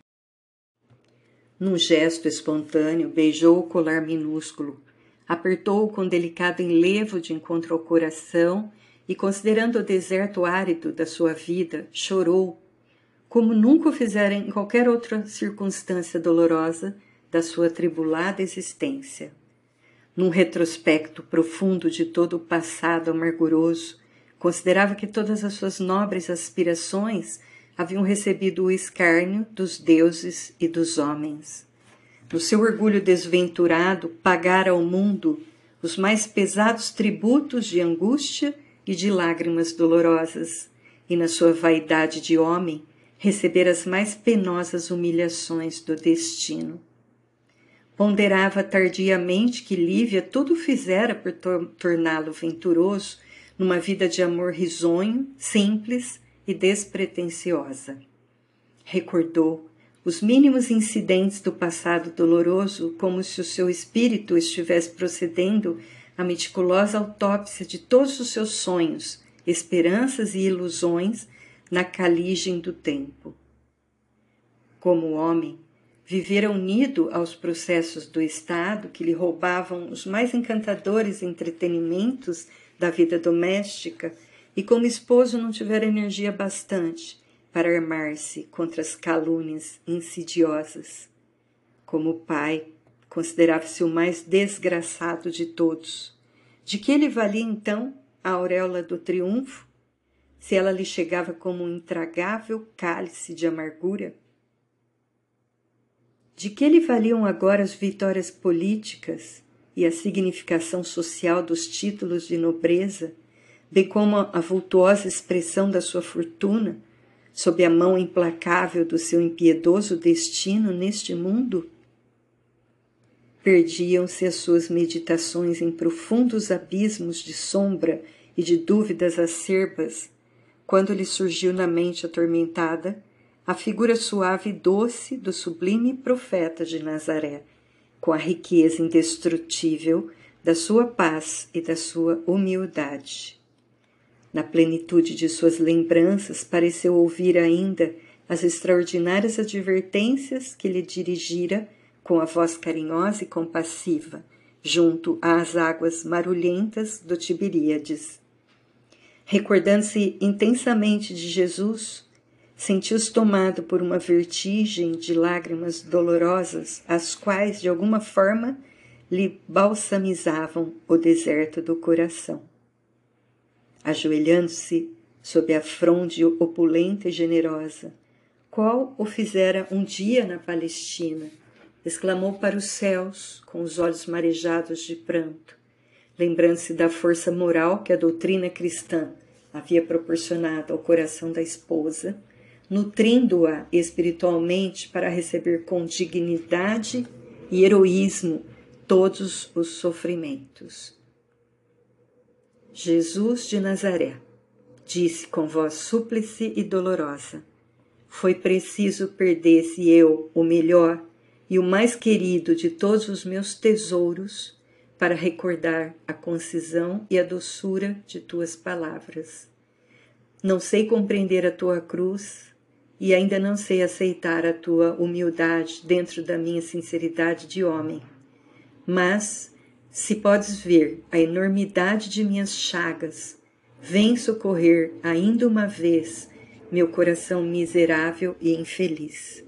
Num gesto espontâneo, beijou o colar minúsculo, apertou-o com delicado enlevo de encontro ao coração e, considerando o deserto árido da sua vida, chorou, como nunca o fizera em qualquer outra circunstância dolorosa da sua atribulada existência. Num retrospecto profundo de todo o passado amarguroso, considerava que todas as suas nobres aspirações haviam recebido o escárnio dos deuses e dos homens. No seu orgulho desventurado, pagara ao mundo os mais pesados tributos de angústia e de lágrimas dolorosas, e na sua vaidade de homem, receber as mais penosas humilhações do destino. Ponderava tardiamente que Lívia tudo fizera por torná-lo venturoso numa vida de amor risonho, simples e despretensiosa. Recordou os mínimos incidentes do passado doloroso como se o seu espírito estivesse procedendo à meticulosa autópsia de todos os seus sonhos, esperanças e ilusões na caligem do tempo. Como homem, vivera unido aos processos do Estado que lhe roubavam os mais encantadores entretenimentos da vida doméstica e como esposo não tivera energia bastante para armar-se contra as calúnias insidiosas. Como pai, considerava-se o mais desgraçado de todos. De que lhe valia então a auréola do triunfo, se ela lhe chegava como um intragável cálice de amargura? De que lhe valiam agora as vitórias políticas e a significação social dos títulos de nobreza, bem como a vultuosa expressão da sua fortuna, sob a mão implacável do seu impiedoso destino neste mundo? Perdiam-se as suas meditações em profundos abismos de sombra e de dúvidas acerbas, quando lhe surgiu na mente atormentada a figura suave e doce do sublime profeta de Nazaré, com a riqueza indestrutível da sua paz e da sua humildade. Na plenitude de suas lembranças, pareceu ouvir ainda as extraordinárias advertências que lhe dirigira com a voz carinhosa e compassiva, junto às águas marulhentas do Tiberíades. Recordando-se intensamente de Jesus, sentiu-se tomado por uma vertigem de lágrimas dolorosas, as quais, de alguma forma, lhe balsamizavam o deserto do coração. Ajoelhando-se sob a fronde opulenta e generosa, qual o fizera um dia na Palestina, exclamou para os céus, com os olhos marejados de pranto, lembrando-se da força moral que a doutrina cristã havia proporcionado ao coração da esposa, nutrindo-a espiritualmente para receber com dignidade e heroísmo todos os sofrimentos. Jesus de Nazaré, disse com voz súplice e dolorosa, foi preciso perder-se eu o melhor e o mais querido de todos os meus tesouros para recordar a concisão e a doçura de tuas palavras. Não sei compreender a tua cruz e ainda não sei aceitar a tua humildade dentro da minha sinceridade de homem. Mas, se podes ver a enormidade de minhas chagas, vem socorrer ainda uma vez meu coração miserável e infeliz.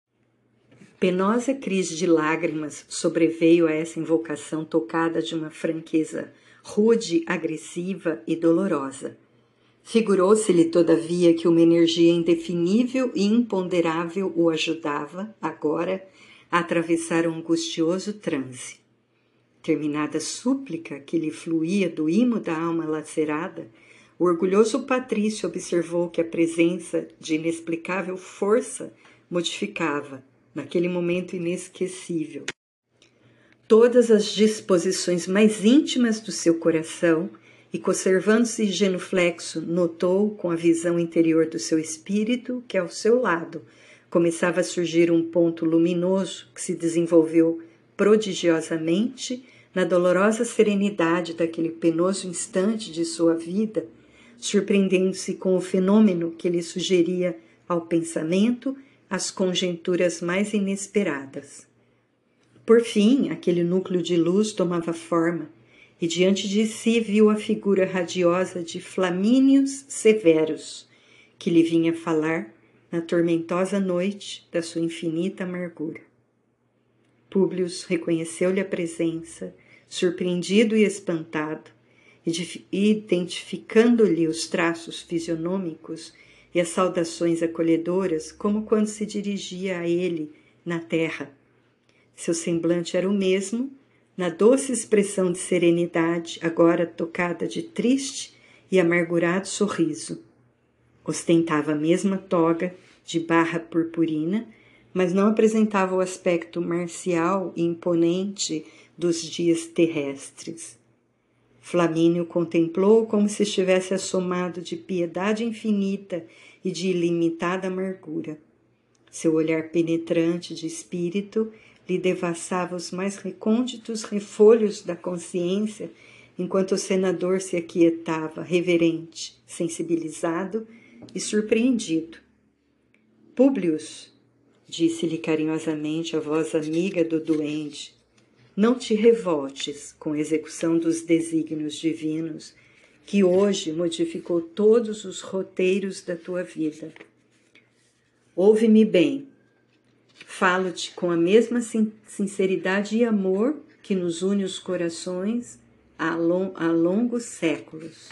Penosa crise de lágrimas sobreveio a essa invocação tocada de uma franqueza rude, agressiva e dolorosa. Figurou-se-lhe, todavia, que uma energia indefinível e imponderável o ajudava, agora, a atravessar um angustioso transe. Terminada a súplica que lhe fluía do imo da alma lacerada, o orgulhoso patrício observou que a presença de inexplicável força modificava, naquele momento inesquecível, todas as disposições mais íntimas do seu coração e, conservando-se genuflexo, notou com a visão interior do seu espírito que ao seu lado começava a surgir um ponto luminoso que se desenvolveu prodigiosamente na dolorosa serenidade daquele penoso instante de sua vida, surpreendendo-se com o fenômeno que lhe sugeria ao pensamento as conjecturas mais inesperadas. Por fim, aquele núcleo de luz tomava forma, e diante de si viu a figura radiosa de Flamínios Severus, que lhe vinha falar na tormentosa noite da sua infinita amargura. Públio reconheceu-lhe a presença, surpreendido e espantado, identificando-lhe os traços fisionômicos e as saudações acolhedoras, como quando se dirigia a ele na terra. Seu semblante era o mesmo, na doce expressão de serenidade, agora tocada de triste e amargurado sorriso. Ostentava a mesma toga de barra purpurina, mas não apresentava o aspecto marcial e imponente dos dias terrestres. Flamínio contemplou como se estivesse assomado de piedade infinita e de ilimitada amargura. Seu olhar penetrante de espírito lhe devassava os mais recônditos refolhos da consciência, enquanto o senador se aquietava, reverente, sensibilizado e surpreendido. Públio, disse-lhe carinhosamente a voz amiga do duende, não te revoltes com a execução dos desígnios divinos, que hoje modificou todos os roteiros da tua vida. Ouve-me bem. Falo-te com a mesma sinceridade e amor que nos une os corações há longos séculos.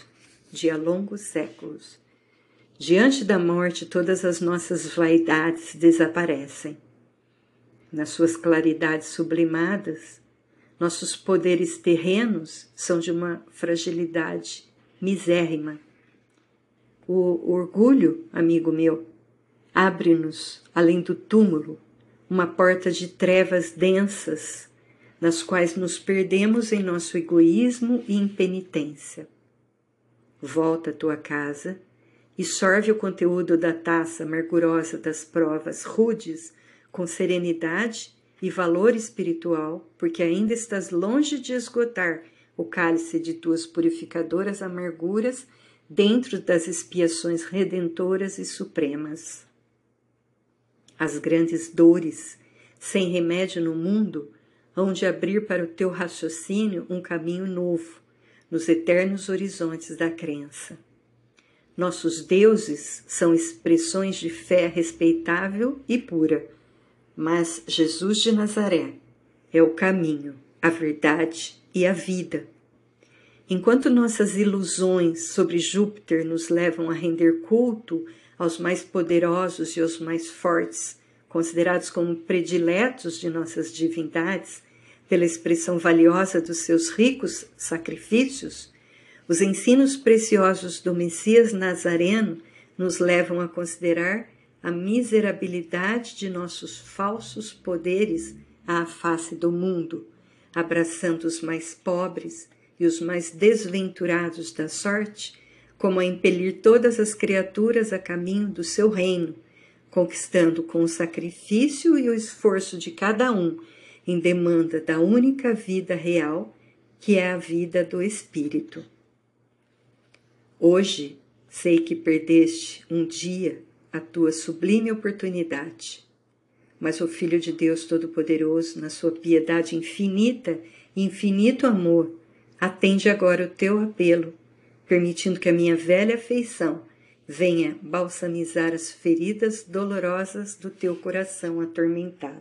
Diante da morte, todas as nossas vaidades desaparecem. Nas suas claridades sublimadas, nossos poderes terrenos são de uma fragilidade misérrima. O orgulho, amigo meu, abre-nos, além do túmulo, uma porta de trevas densas, nas quais nos perdemos em nosso egoísmo e impenitência. Volta à tua casa e sorve o conteúdo da taça amargurosa das provas rudes com serenidade e valor espiritual, porque ainda estás longe de esgotar o cálice de tuas purificadoras amarguras dentro das expiações redentoras e supremas. As grandes dores, sem remédio no mundo, hão de abrir para o teu raciocínio um caminho novo, nos eternos horizontes da crença. Nossos deuses são expressões de fé respeitável e pura, mas Jesus de Nazaré é o caminho, a verdade e a vida. Enquanto nossas ilusões sobre Júpiter nos levam a render culto aos mais poderosos e aos mais fortes, considerados como prediletos de nossas divindades, pela expressão valiosa dos seus ricos sacrifícios, os ensinos preciosos do Messias Nazareno nos levam a considerar a miserabilidade de nossos falsos poderes à face do mundo, abraçando os mais pobres e os mais desventurados da sorte, como a impelir todas as criaturas a caminho do seu reino, conquistando com o sacrifício e o esforço de cada um, em demanda da única vida real, que é a vida do Espírito. Hoje sei que perdeste um dia a tua sublime oportunidade, mas o Filho de Deus Todo-Poderoso, na sua piedade infinita e infinito amor, atende agora o teu apelo, permitindo que a minha velha afeição venha balsamizar as feridas dolorosas do teu coração atormentado.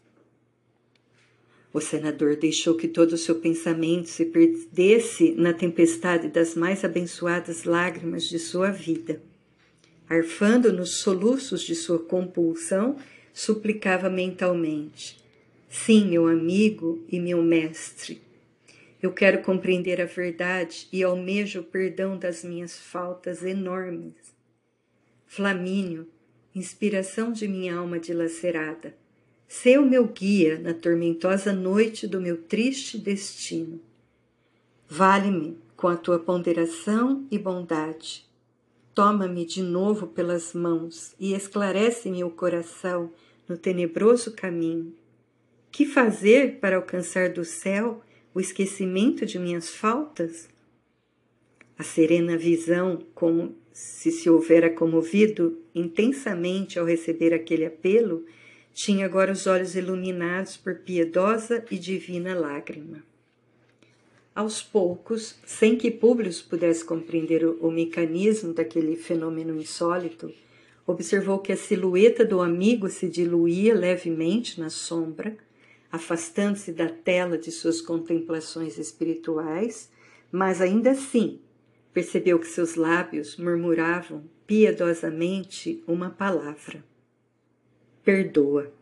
O senador deixou que todo o seu pensamento se perdesse na tempestade das mais abençoadas lágrimas de sua vida. Arfando nos soluços de sua compulsão, suplicava mentalmente: sim, meu amigo e meu mestre, eu quero compreender a verdade e almejo o perdão das minhas faltas enormes. Flamínio, inspiração de minha alma dilacerada, sê o meu guia na tormentosa noite do meu triste destino. Vale-me com a tua ponderação e bondade. Toma-me de novo pelas mãos e esclarece-me o coração no tenebroso caminho. Que fazer para alcançar do céu o esquecimento de minhas faltas? A serena visão, como se houvera comovido intensamente ao receber aquele apelo, tinha agora os olhos iluminados por piedosa e divina lágrima. Aos poucos, sem que Públio pudesse compreender o mecanismo daquele fenômeno insólito, observou que a silhueta do amigo se diluía levemente na sombra, afastando-se da tela de suas contemplações espirituais, mas ainda assim percebeu que seus lábios murmuravam piedosamente uma palavra: perdoa.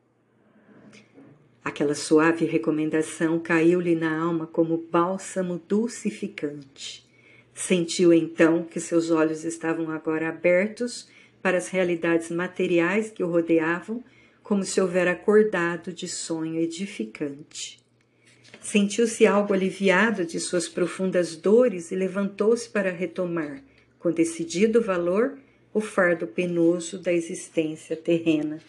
Aquela suave recomendação caiu-lhe na alma como bálsamo dulcificante. Sentiu então que seus olhos estavam agora abertos para as realidades materiais que o rodeavam, como se houvera acordado de sonho edificante. Sentiu-se algo aliviado de suas profundas dores e levantou-se para retomar, com decidido valor, o fardo penoso da existência terrena.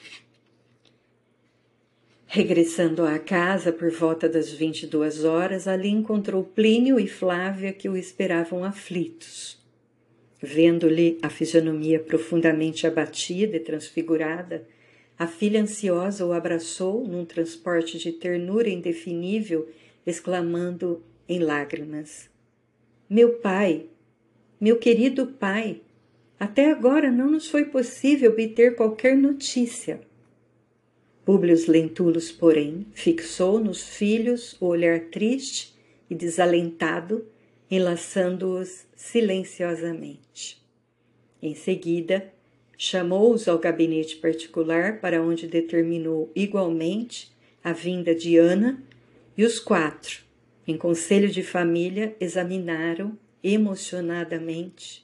Regressando à casa por volta das 22 horas, ali encontrou Plínio e Flávia, que o esperavam aflitos. Vendo-lhe a fisionomia profundamente abatida e transfigurada, a filha ansiosa o abraçou num transporte de ternura indefinível, exclamando em lágrimas: meu pai, meu querido pai, até agora não nos foi possível obter qualquer notícia. Públio Lentulus, porém, fixou nos filhos o olhar triste e desalentado, enlaçando-os silenciosamente. Em seguida, chamou-os ao gabinete particular, para onde determinou igualmente a vinda de Ana, e os quatro, em conselho de família, examinaram emocionadamente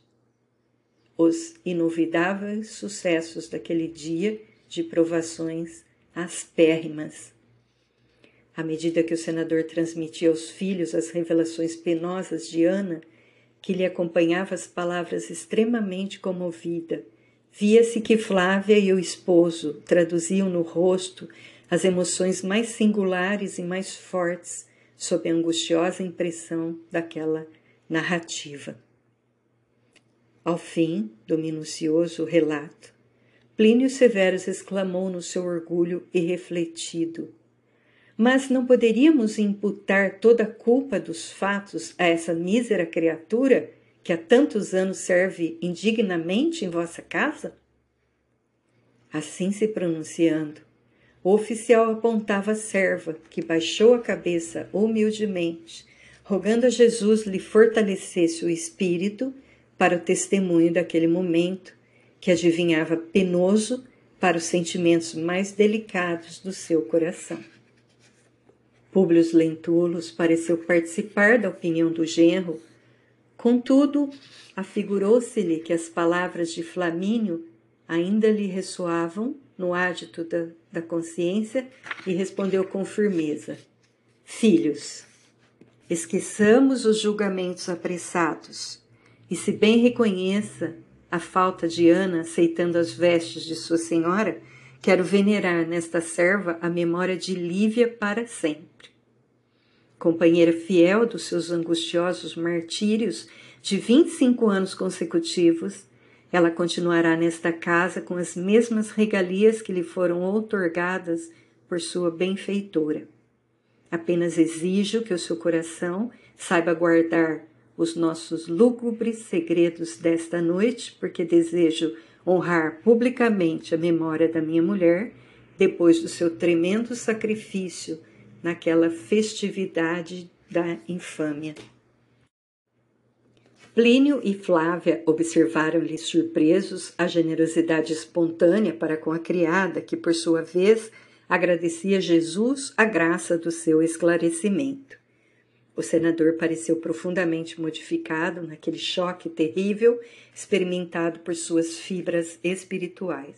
os inovidáveis sucessos daquele dia de provações aspérrimas. À medida que o senador transmitia aos filhos as revelações penosas de Ana, que lhe acompanhava as palavras extremamente comovida, via-se que Flávia e o esposo traduziam no rosto as emoções mais singulares e mais fortes sob a angustiosa impressão daquela narrativa. Ao fim do minucioso relato, Plínio Severus exclamou no seu orgulho irrefletido: mas não poderíamos imputar toda a culpa dos fatos a essa mísera criatura que há tantos anos serve indignamente em vossa casa? Assim se pronunciando, o oficial apontava a serva, que baixou a cabeça humildemente, rogando a Jesus lhe fortalecesse o espírito para o testemunho daquele momento, que adivinhava penoso para os sentimentos mais delicados do seu coração. Públio Lentulus pareceu participar da opinião do genro, contudo, afigurou-se-lhe que as palavras de Flamínio ainda lhe ressoavam no ádito da consciência e respondeu com firmeza: filhos, esqueçamos os julgamentos apressados, e se bem reconheça a falta de Ana aceitando as vestes de sua senhora, quero venerar nesta serva a memória de Lívia para sempre. Companheira fiel dos seus angustiosos martírios de 25 anos consecutivos, ela continuará nesta casa com as mesmas regalias que lhe foram outorgadas por sua benfeitora. Apenas exijo que o seu coração saiba guardar os nossos lúgubres segredos desta noite, porque desejo honrar publicamente a memória da minha mulher, depois do seu tremendo sacrifício naquela festividade da infâmia. Plínio e Flávia observaram-lhe surpresos a generosidade espontânea para com a criada, que, por sua vez, agradecia a Jesus a graça do seu esclarecimento. O senador pareceu profundamente modificado naquele choque terrível experimentado por suas fibras espirituais.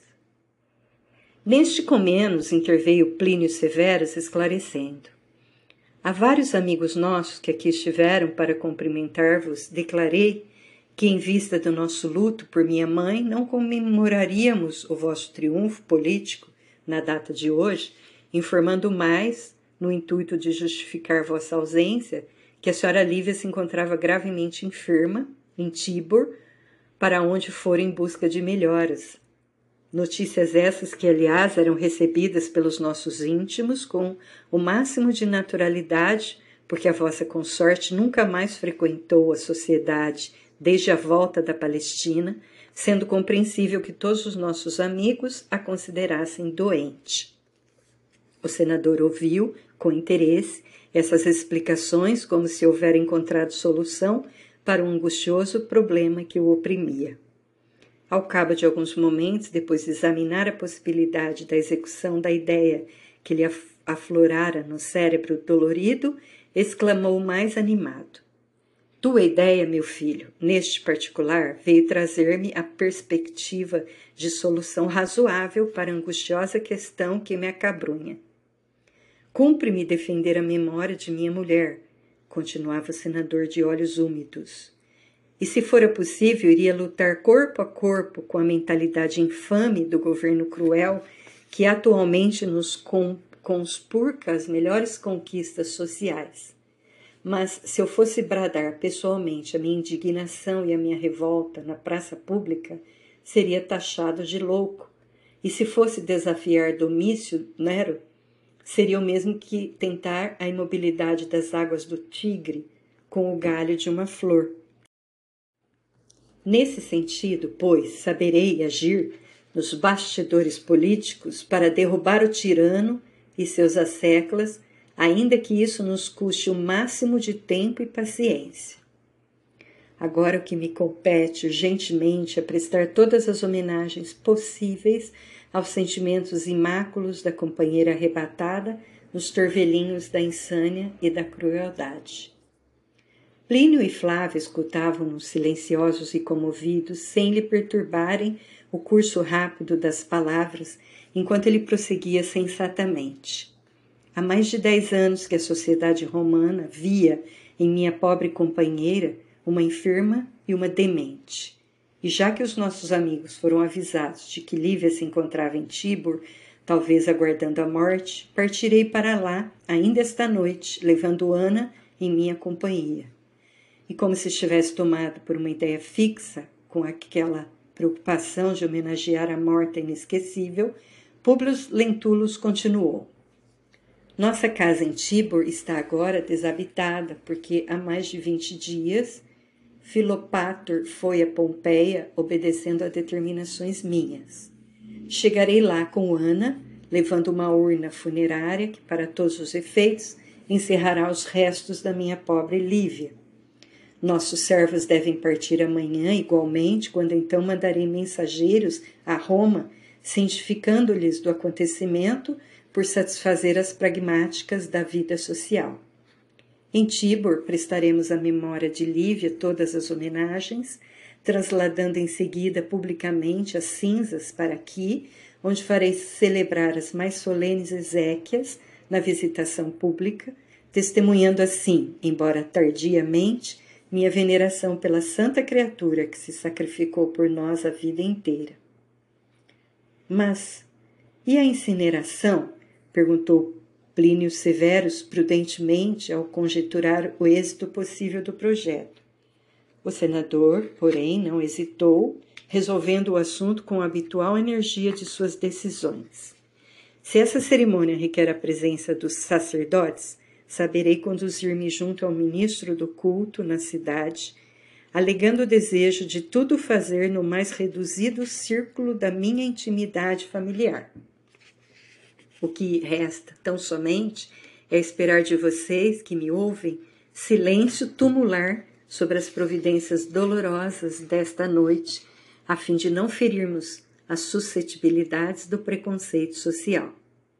Neste comenos interveio Plínio Severus esclarecendo: há vários amigos nossos que aqui estiveram para cumprimentar-vos. Declarei que, em vista do nosso luto por minha mãe, não comemoraríamos o vosso triunfo político na data de hoje, informando mais, no intuito de justificar vossa ausência, que a senhora Lívia se encontrava gravemente enferma em Tibur, para onde fora em busca de melhoras. Notícias essas que, aliás, eram recebidas pelos nossos íntimos com o máximo de naturalidade, porque a vossa consorte nunca mais frequentou a sociedade desde a volta da Palestina, sendo compreensível que todos os nossos amigos a considerassem doente. O senador ouviu, com interesse, essas explicações como se houvera encontrado solução para um angustioso problema que o oprimia. Ao cabo de alguns momentos, depois de examinar a possibilidade da execução da ideia que lhe aflorara no cérebro dolorido, exclamou mais animado: tua ideia, meu filho, neste particular, veio trazer-me a perspectiva de solução razoável para a angustiosa questão que me acabrunha. Cumpre-me defender a memória de minha mulher, continuava o senador de olhos úmidos. E, se fora possível, iria lutar corpo a corpo com a mentalidade infame do governo cruel que atualmente nos conspurca as melhores conquistas sociais. Mas, se eu fosse bradar pessoalmente a minha indignação e a minha revolta na praça pública, seria taxado de louco. E, se fosse desafiar Domício Nero, seria o mesmo que tentar a imobilidade das águas do Tigre com o galho de uma flor. Nesse sentido, pois, saberei agir nos bastidores políticos para derrubar o tirano e seus asseclas, ainda que isso nos custe o máximo de tempo e paciência. Agora o que me compete urgentemente é prestar todas as homenagens possíveis aos sentimentos imáculos da companheira arrebatada nos torvelinhos da insânia e da crueldade. Plínio e Flávia escutavam-no silenciosos e comovidos, sem lhe perturbarem o curso rápido das palavras, enquanto ele prosseguia sensatamente. Há mais de 10 anos que a sociedade romana via em minha pobre companheira uma enferma e uma demente. E já que os nossos amigos foram avisados de que Lívia se encontrava em Tibur, talvez aguardando a morte, partirei para lá, ainda esta noite, levando Ana em minha companhia. E como se estivesse tomado por uma ideia fixa, com aquela preocupação de homenagear a morta inesquecível, Públio Lentulus continuou. Nossa casa em Tibur está agora desabitada, porque há mais de 20 dias Filopátor foi a Pompeia obedecendo a determinações minhas. Chegarei lá com Ana, levando uma urna funerária que, para todos os efeitos, encerrará os restos da minha pobre Lívia. Nossos servos devem partir amanhã igualmente, quando então mandarei mensageiros a Roma, cientificando-lhes do acontecimento por satisfazer as pragmáticas da vida social. Em Tibur prestaremos à memória de Lívia todas as homenagens, trasladando em seguida publicamente as cinzas para aqui, onde farei celebrar as mais solenes exéquias na visitação pública, testemunhando assim, embora tardiamente, minha veneração pela santa criatura que se sacrificou por nós a vida inteira. Mas, e a incineração? Perguntou Plínio Severus prudentemente ao conjecturar o êxito possível do projeto. O senador, porém, não hesitou, resolvendo o assunto com a habitual energia de suas decisões. Se essa cerimônia requer a presença dos sacerdotes, saberei conduzir-me junto ao ministro do culto na cidade, alegando o desejo de tudo fazer no mais reduzido círculo da minha intimidade familiar. O que resta, tão somente, é esperar de vocês que me ouvem silêncio tumular sobre as providências dolorosas desta noite, a fim de não ferirmos as suscetibilidades do preconceito social.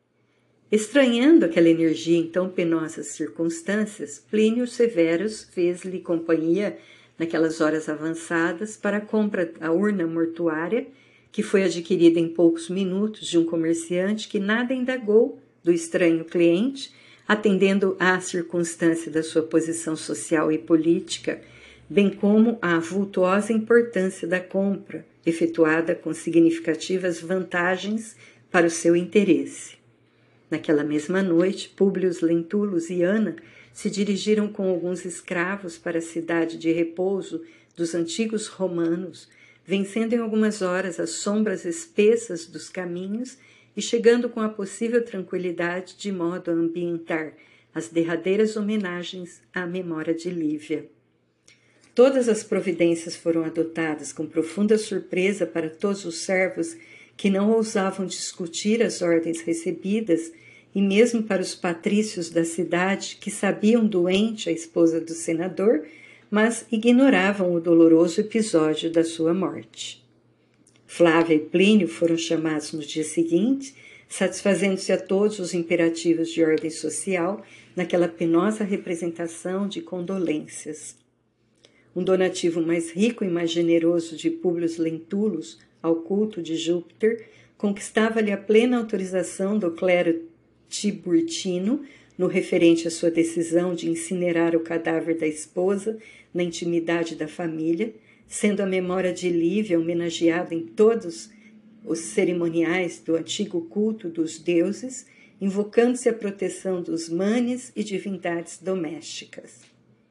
Estranhando aquela energia em tão penosas circunstâncias, Plínio Severus fez-lhe companhia naquelas horas avançadas para a compra da urna mortuária, que foi adquirida em poucos minutos de um comerciante que nada indagou do estranho cliente, atendendo à circunstância da sua posição social e política, bem como à vultuosa importância da compra, efetuada com significativas vantagens para o seu interesse. Naquela mesma noite, Públio Lentulus e Ana se dirigiram com alguns escravos para a cidade de repouso dos antigos romanos, vencendo em algumas horas as sombras espessas dos caminhos e chegando com a possível tranquilidade de modo a ambientar as derradeiras homenagens à memória de Lívia. Todas as providências foram adotadas com profunda surpresa para todos os servos que não ousavam discutir as ordens recebidas e mesmo para os patrícios da cidade que sabiam doente a esposa do senador, mas ignoravam o doloroso episódio da sua morte. Flávia e Plínio foram chamados no dia seguinte, satisfazendo-se a todos os imperativos de ordem social naquela penosa representação de condolências. Um donativo mais rico e mais generoso de Públio Lentulus ao culto de Júpiter conquistava-lhe a plena autorização do clero tiburtino no referente à sua decisão de incinerar o cadáver da esposa na intimidade da família, sendo a memória de Lívia homenageada em todos os cerimoniais do antigo culto dos deuses, invocando-se a proteção dos manes e divindades domésticas.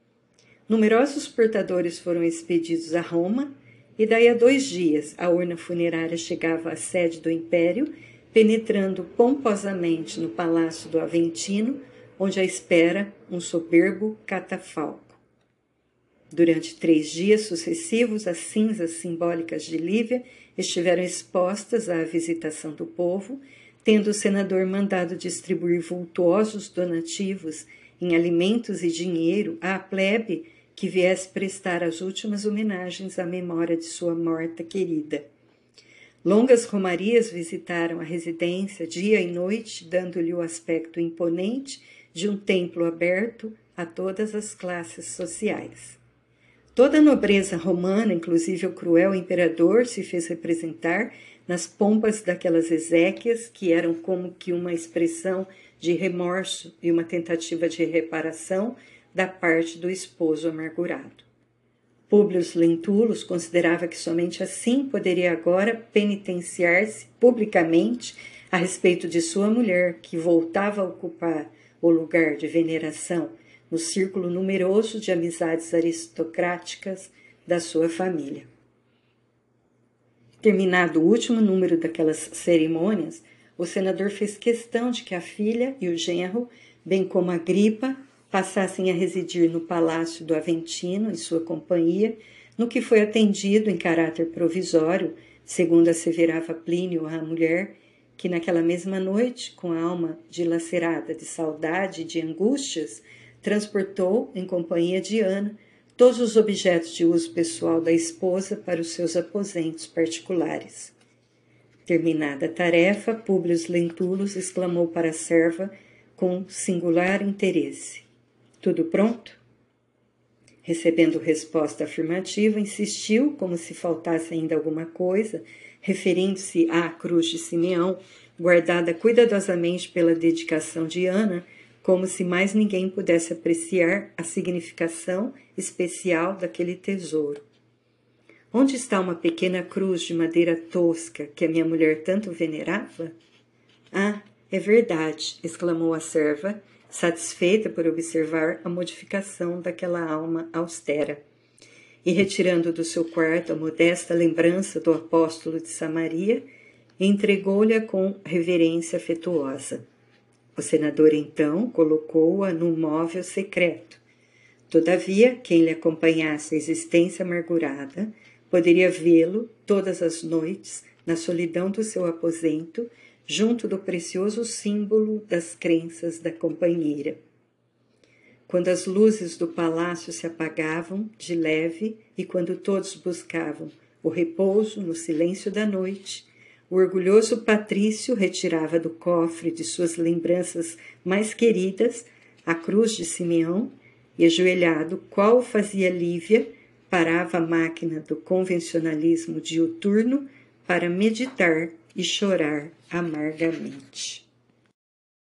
Numerosos portadores foram expedidos a Roma, e daí a 2 dias a urna funerária chegava à sede do Império, penetrando pomposamente no Palácio do Aventino, onde a espera um soberbo catafalco. Durante 3 dias sucessivos, as cinzas simbólicas de Lívia estiveram expostas à visitação do povo, tendo o senador mandado distribuir vultuosos donativos em alimentos e dinheiro à plebe que viesse prestar as últimas homenagens à memória de sua morta querida. Longas romarias visitaram a residência dia e noite, dando-lhe o aspecto imponente de um templo aberto a todas as classes sociais. Toda a nobreza romana, inclusive o cruel imperador, se fez representar nas pompas daquelas exéquias, que eram como que uma expressão de remorso e uma tentativa de reparação da parte do esposo amargurado. Públio Lentulus considerava que somente assim poderia agora penitenciar-se publicamente a respeito de sua mulher, que voltava a ocupar o lugar de veneração no círculo numeroso de amizades aristocráticas da sua família. Terminado o último número daquelas cerimônias, o senador fez questão de que a filha e o genro, bem como Agripa, passassem a residir no Palácio do Aventino em sua companhia, no que foi atendido em caráter provisório, segundo asseverava Plínio à mulher, que naquela mesma noite, com a alma dilacerada de saudade e de angústias, transportou, em companhia de Ana, todos os objetos de uso pessoal da esposa para os seus aposentos particulares. Terminada a tarefa, Públio Lentulus exclamou para a serva com singular interesse: "Tudo pronto?" Recebendo resposta afirmativa, insistiu, como se faltasse ainda alguma coisa, referindo-se à cruz de Simeão, guardada cuidadosamente pela dedicação de Ana, como se mais ninguém pudesse apreciar a significação especial daquele tesouro. "Onde está uma pequena cruz de madeira tosca que a minha mulher tanto venerava?" "Ah, é verdade", exclamou a serva, satisfeita por observar a modificação daquela alma austera. E retirando do seu quarto a modesta lembrança do apóstolo de Samaria, entregou-lhe com reverência afetuosa. O senador, então, colocou-a num móvel secreto. Todavia, quem lhe acompanhasse a existência amargurada poderia vê-lo todas as noites na solidão do seu aposento, junto do precioso símbolo das crenças da companheira. Quando as luzes do palácio se apagavam de leve e quando todos buscavam o repouso no silêncio da noite, o orgulhoso patrício retirava do cofre de suas lembranças mais queridas a cruz de Simeão e, ajoelhado, qual fazia Lívia, parava a máquina do convencionalismo diuturno para meditar e chorar amargamente.